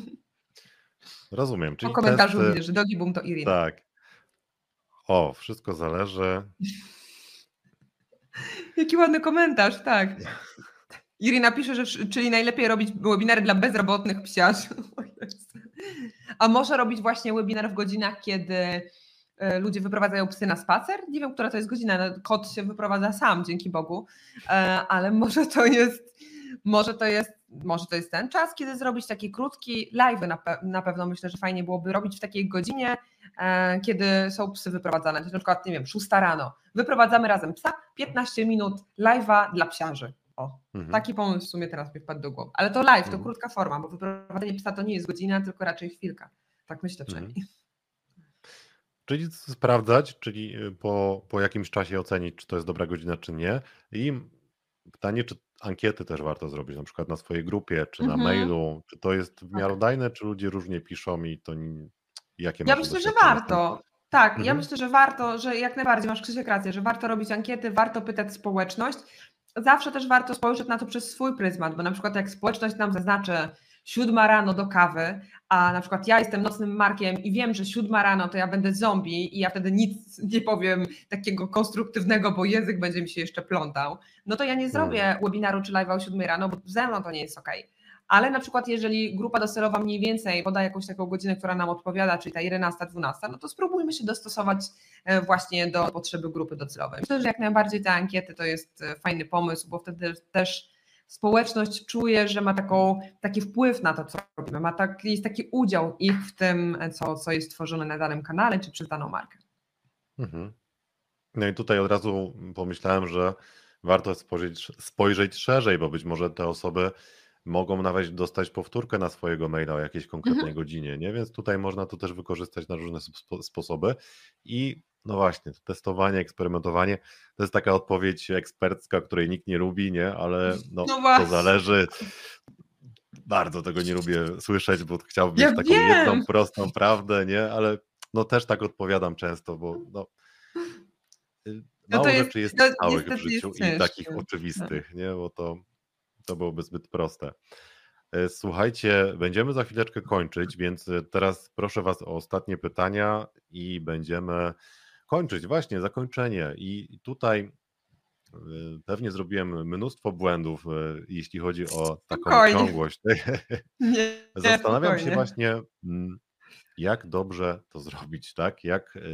Rozumiem, czyli po komentarzu testy... widzę, że Dogi Boom to Irina. Tak. O, wszystko zależy. Jaki ładny komentarz, tak. Irina pisze, że czyli najlepiej robić webinary dla bezrobotnych psiarzy. A może robić właśnie webinar w godzinach, kiedy ludzie wyprowadzają psy na spacer? Nie wiem, która to jest godzina, kot się wyprowadza sam, dzięki Bogu, ale może to jest, może to jest, może to jest ten czas, kiedy zrobić taki krótki live, na, pe- na pewno myślę, że fajnie byłoby robić w takiej godzinie, kiedy są psy wyprowadzane, to na przykład, nie wiem, szósta rano, wyprowadzamy razem psa, piętnaście minut live'a dla psiarzy. O, mhm. Taki pomysł w sumie teraz mi wpadł do głowy. Ale to live, to mhm. krótka forma, bo wyprowadzenie psa to nie jest godzina, tylko raczej chwilka. Tak myślę przynajmniej. Mhm. Czyli sprawdzać, czyli po, po jakimś czasie ocenić, czy to jest dobra godzina, czy nie. I pytanie, czy ankiety też warto zrobić, na przykład na swojej grupie, czy na mhm. mailu, czy to jest w miarodajne, tak. czy ludzie różnie piszą i to nie, jakie Ja myślę, że warto. Tak, mhm. ja myślę, że warto, że jak najbardziej masz, Krzysiek, rację, że warto robić ankiety, warto pytać społeczność. Zawsze też warto spojrzeć na to przez swój pryzmat, bo na przykład jak społeczność nam zaznaczy siódma rano do kawy, a na przykład ja jestem nocnym Markiem i wiem, że siódma rano to ja będę zombie i ja wtedy nic nie powiem takiego konstruktywnego, bo język będzie mi się jeszcze plątał, no to ja nie zrobię hmm. webinaru czy live'a o siódmej rano, bo ze mną to nie jest okej. Okay. Ale na przykład jeżeli grupa docelowa mniej więcej poda jakąś taką godzinę, która nam odpowiada, czyli ta jedenasta, dwunasta, no to spróbujmy się dostosować właśnie do potrzeby grupy docelowej. Myślę, że jak najbardziej te ankiety to jest fajny pomysł, bo wtedy też społeczność czuje, że ma taką, taki wpływ na to, co robimy, ma taki, jest taki udział ich w tym, co, co jest tworzone na danym kanale, czy przez daną markę. Mhm. No i tutaj od razu pomyślałem, że warto spojrzeć, spojrzeć szerzej, bo być może te osoby mogą nawet dostać powtórkę na swojego maila o jakiejś konkretnej mhm. godzinie, nie? Więc tutaj można to też wykorzystać na różne spo- sposoby i no właśnie, to testowanie, eksperymentowanie to jest taka odpowiedź ekspercka, której nikt nie lubi, nie? Ale no, no to zależy. Bardzo tego nie lubię słyszeć, bo chciałbym ja mieć taką wiem. jedną prostą prawdę, nie? Ale no też tak odpowiadam często, bo no, No to Mało jest, rzeczy jest no stałych w niestety życiu jest i takich ciężkie. No. oczywistych, nie? Bo to, to byłoby zbyt proste. E, Słuchajcie, będziemy za chwileczkę kończyć, więc e, teraz proszę Was o ostatnie pytania i będziemy kończyć. Właśnie, zakończenie. I tutaj e, pewnie zrobiłem mnóstwo błędów, e, jeśli chodzi o taką Spokojnie. ciągłość. Nie, nie, Zastanawiam się spokojnie. właśnie, mm, jak dobrze to zrobić, tak? Jak, e,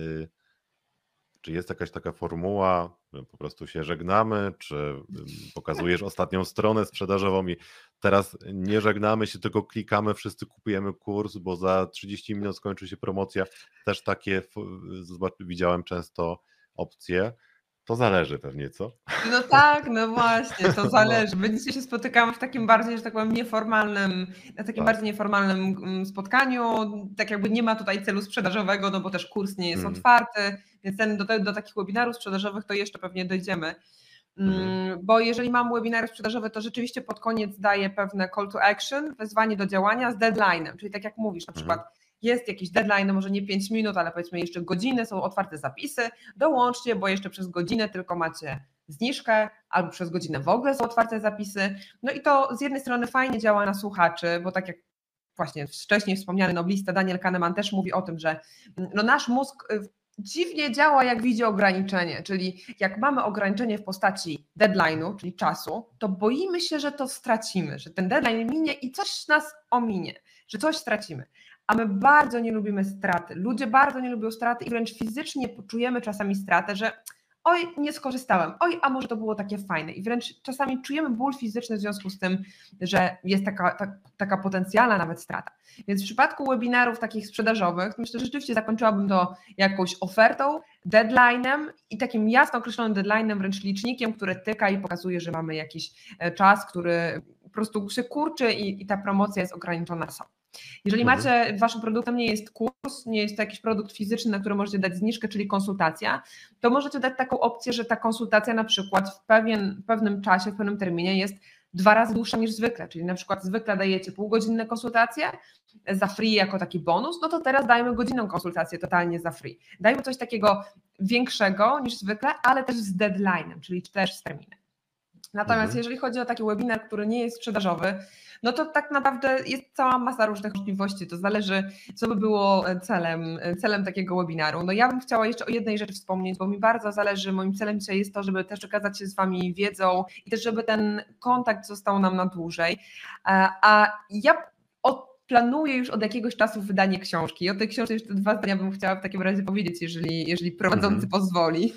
czy jest jakaś taka formuła, że po prostu się żegnamy, czy ym, pokazujesz ostatnią stronę sprzedażową i teraz nie żegnamy się, tylko klikamy, wszyscy kupujemy kurs, bo za trzydzieści minut skończy się promocja. Też takie f- zobacz- widziałem często opcje. To zależy pewnie, co? No tak, no właśnie, to No, zależy. My dzisiaj się spotykamy w takim bardziej, że tak powiem, nieformalnym, na takim tak. bardziej nieformalnym mm, spotkaniu. Tak jakby nie ma tutaj celu sprzedażowego, no bo też kurs nie jest Mhm, otwarty, więc ten, do, te- do takich webinarów sprzedażowych to jeszcze pewnie dojdziemy. mhm, Mm, Bo jeżeli mam webinary sprzedażowe, to rzeczywiście pod koniec daję pewne call to action, wezwanie do działania z deadline'em, czyli tak jak mówisz, na mhm, przykład jest jakiś deadline, no może nie pięć minut, ale powiedzmy jeszcze godzinę, są otwarte zapisy, dołączcie, bo jeszcze przez godzinę tylko macie zniżkę, albo przez godzinę w ogóle są otwarte zapisy. No i to z jednej strony fajnie działa na słuchaczy, bo tak jak właśnie wcześniej wspomniany noblista Daniel Kahneman też mówi o tym, że no nasz mózg y, dziwnie działa, jak widzi ograniczenie, czyli jak mamy ograniczenie w postaci deadline'u, czyli czasu, to boimy się, że to stracimy, że ten deadline minie i coś nas ominie, że coś stracimy. A my bardzo nie lubimy straty. Ludzie bardzo nie lubią straty i wręcz fizycznie poczujemy czasami stratę, że oj, nie skorzystałem, oj, a może to było takie fajne. I wręcz czasami czujemy ból fizyczny w związku z tym, że jest taka, ta, taka potencjalna nawet strata. Więc w przypadku webinarów takich sprzedażowych, to myślę, że rzeczywiście zakończyłabym to jakąś ofertą, deadline'em i takim jasno określonym deadline'em, wręcz licznikiem, który tyka i pokazuje, że mamy jakiś e, czas, który po prostu się kurczy i, i ta promocja jest ograniczona na sam. Jeżeli mhm, macie, waszym produktem nie jest kurs, nie jest to jakiś produkt fizyczny, na który możecie dać zniżkę, czyli konsultacja, to możecie dać taką opcję, że ta konsultacja na przykład w pewien, w pewnym czasie, w pewnym terminie jest dwa razy dłuższa niż zwykle, czyli na przykład zwykle dajecie półgodzinne konsultacje za free jako taki bonus, no to teraz dajemy godzinną konsultację totalnie za free. Dajmy coś takiego większego niż zwykle, ale też z deadline'em, czyli też z terminem. Natomiast mhm. jeżeli chodzi o taki webinar, który nie jest sprzedażowy, no to tak naprawdę jest cała masa różnych możliwości. To zależy, co by było celem, celem takiego webinaru. No ja bym chciała jeszcze o jednej rzeczy wspomnieć, bo mi bardzo zależy, moim celem dzisiaj jest to, żeby też przekazać się z Wami wiedzą i też, żeby ten kontakt został nam na dłużej. A, a ja od, planuję już od jakiegoś czasu wydanie książki. I o tej książce jeszcze dwa zdania bym chciała w takim razie powiedzieć, jeżeli, jeżeli prowadzący Mhm. pozwoli.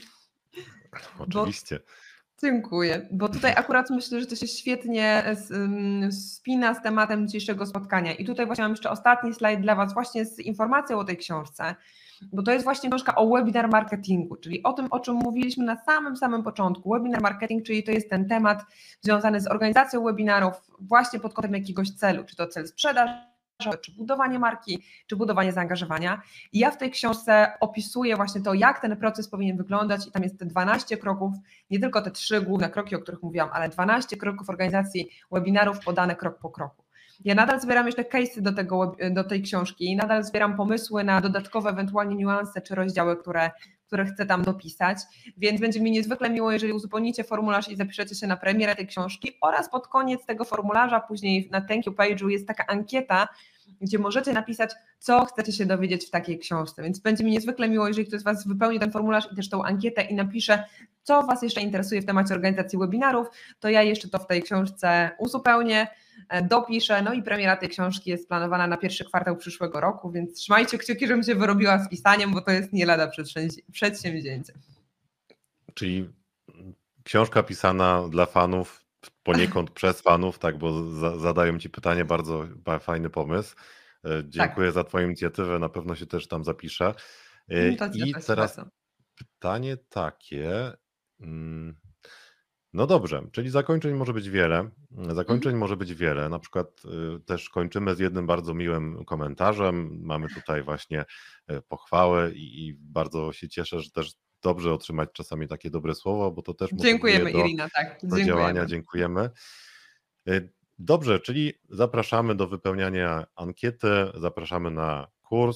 Bo Oczywiście. Dziękuję, bo tutaj akurat myślę, że to się świetnie s- ym, spina z tematem dzisiejszego spotkania. I tutaj właśnie mam jeszcze ostatni slajd dla Was właśnie z informacją o tej książce, bo to jest właśnie książka o webinar marketingu, czyli o tym, o czym mówiliśmy na samym, samym początku. Webinar marketing, czyli to jest ten temat związany z organizacją webinarów właśnie pod kątem jakiegoś celu, czy to cel sprzedaży, czy budowanie marki, czy budowanie zaangażowania. I ja w tej książce opisuję właśnie to, jak ten proces powinien wyglądać i tam jest te dwanaście kroków, nie tylko te trzy główne kroki, o których mówiłam, ale dwanaście kroków organizacji webinarów podane krok po kroku. Ja nadal zbieram jeszcze case'y do, tego, do tej książki, nadal zbieram pomysły na dodatkowe ewentualnie niuanse czy rozdziały, które, które chcę tam dopisać, więc będzie mi niezwykle miło, jeżeli uzupełnicie formularz i zapiszecie się na premierę tej książki oraz pod koniec tego formularza, później na thank you page'u jest taka ankieta, gdzie możecie napisać, co chcecie się dowiedzieć w takiej książce, więc będzie mi niezwykle miło, jeżeli ktoś z Was wypełni ten formularz i też tą ankietę i napisze, co Was jeszcze interesuje w temacie organizacji webinarów, to ja jeszcze to w tej książce uzupełnię, dopiszę, no i premiera tej książki jest planowana na pierwszy kwartał przyszłego roku, więc trzymajcie kciuki, żebym się wyrobiła z pisaniem, bo to jest nie lada przedsięwzięcie. Czyli książka pisana dla fanów, poniekąd przez fanów, tak, bo za, zadają Ci pytanie, bardzo ba- fajny pomysł. E, Tak, Dziękuję za Twoją inicjatywę, na pewno się też tam zapiszę. E, to I cieszę się teraz bardzo. pytanie takie. mm, No dobrze, czyli zakończeń może być wiele. Mhm. Zakończeń może być wiele. Na przykład y, też kończymy z jednym bardzo miłym komentarzem. Mamy tutaj właśnie y, pochwałę i, i bardzo się cieszę, że też dobrze otrzymać czasami takie dobre słowo, bo to też motywuje Dziękujemy do, Irina, tak, do działania. dziękujemy. Dziękujemy. Y, Dobrze, czyli zapraszamy do wypełniania ankiety, zapraszamy na kurs.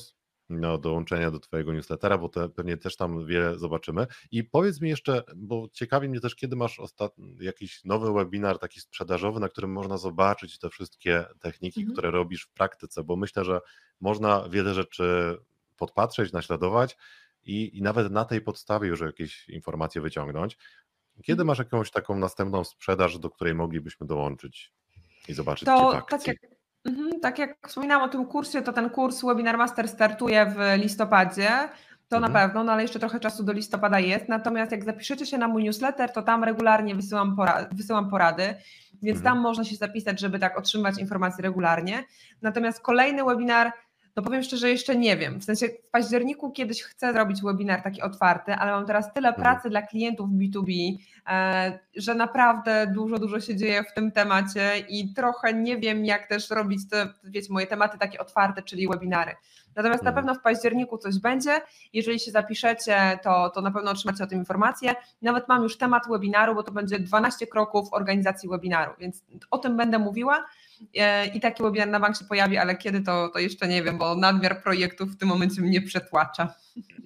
no, dołączenia do Twojego newslettera, bo te, pewnie też tam wiele zobaczymy. I powiedz mi jeszcze, bo ciekawi mnie też, kiedy masz ostatni, jakiś nowy webinar taki sprzedażowy, na którym można zobaczyć te wszystkie techniki, Mhm. które robisz w praktyce, bo myślę, że można wiele rzeczy podpatrzeć, naśladować i, i nawet na tej podstawie już jakieś informacje wyciągnąć. Kiedy Mhm. masz jakąś taką następną sprzedaż, do której moglibyśmy dołączyć i zobaczyć Cię w To tak jak, akcji? mhm, tak jak wspominałam o tym kursie, to ten kurs Webinar Master startuje w listopadzie, to na Mhm. pewno, no ale jeszcze trochę czasu do listopada jest. Natomiast jak zapiszecie się na mój newsletter, to tam regularnie wysyłam, pora- wysyłam porady, więc Mhm. tam można się zapisać, żeby tak otrzymywać informacje regularnie. Natomiast kolejny webinar, no powiem szczerze, jeszcze nie wiem. W sensie w październiku kiedyś chcę zrobić webinar taki otwarty, ale mam teraz tyle Mhm. pracy dla klientów B dwa B, e, że naprawdę dużo, dużo się dzieje w tym temacie i trochę nie wiem, jak też robić te, wiecie, moje tematy takie otwarte, czyli webinary. Natomiast na Mhm. pewno w październiku coś będzie. Jeżeli się zapiszecie, to, to na pewno otrzymacie o tym informację. Nawet mam już temat webinaru, bo to będzie dwanaście kroków organizacji webinaru, więc o tym będę mówiła. E, I taki webinar na bank się pojawi, ale kiedy to, to jeszcze nie wiem, bo nadmiar projektów w tym momencie mnie przetłacza.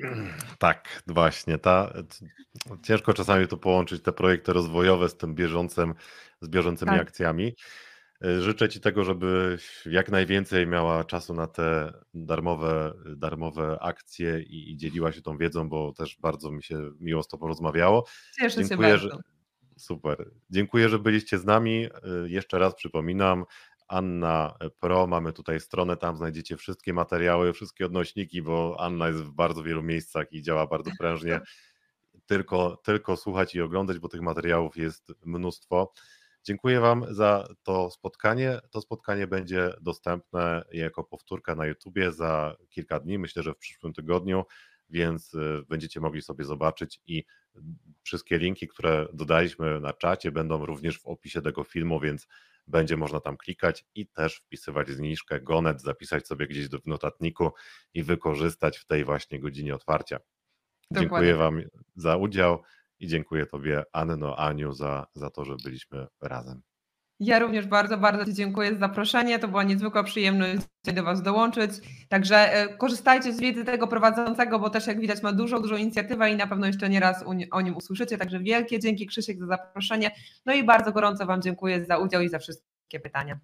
Tak, właśnie. Ta, ciężko czasami to połączyć, te projekty rozwojowe z tym bieżącym, z bieżącymi Tak. akcjami. Y, Życzę Ci tego, żebyś jak najwięcej miała czasu na te darmowe, darmowe akcje i, i dzieliła się tą wiedzą, bo też bardzo mi się miło z Tobą rozmawiało. Cieszę się Dziękuję, że bardzo. super. Dziękuję, że byliście z nami. Y, Jeszcze raz przypominam, Anna Pro, mamy tutaj stronę, tam znajdziecie wszystkie materiały, wszystkie odnośniki, bo Anna jest w bardzo wielu miejscach i działa bardzo prężnie. Tylko, tylko słuchać i oglądać, bo tych materiałów jest mnóstwo. Dziękuję Wam za to spotkanie. To spotkanie będzie dostępne jako powtórka na YouTubie za kilka dni, myślę, że w przyszłym tygodniu, więc y, będziecie mogli sobie zobaczyć i wszystkie linki, które dodaliśmy na czacie, będą również w opisie tego filmu, więc będzie można tam klikać i też wpisywać zniżkę Gonet, zapisać sobie gdzieś w notatniku i wykorzystać w tej właśnie godzinie otwarcia. Dokładnie Dziękuję tak. Wam za udział i dziękuję Tobie, Anno, Aniu, za, za to, że byliśmy razem. Ja również bardzo, bardzo Ci dziękuję za zaproszenie. To była niezwykła przyjemność do Was dołączyć. Także e, korzystajcie z wiedzy tego prowadzącego, bo też jak widać ma dużą, dużą inicjatywę i na pewno jeszcze nie raz o nim usłyszycie. Także wielkie dzięki, Krzysiek, za zaproszenie. No i bardzo gorąco Wam dziękuję za udział i za wszystkie pytania.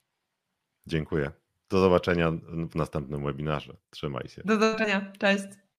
Dziękuję. Do zobaczenia w następnym webinarze. Trzymaj się. Do zobaczenia. Cześć.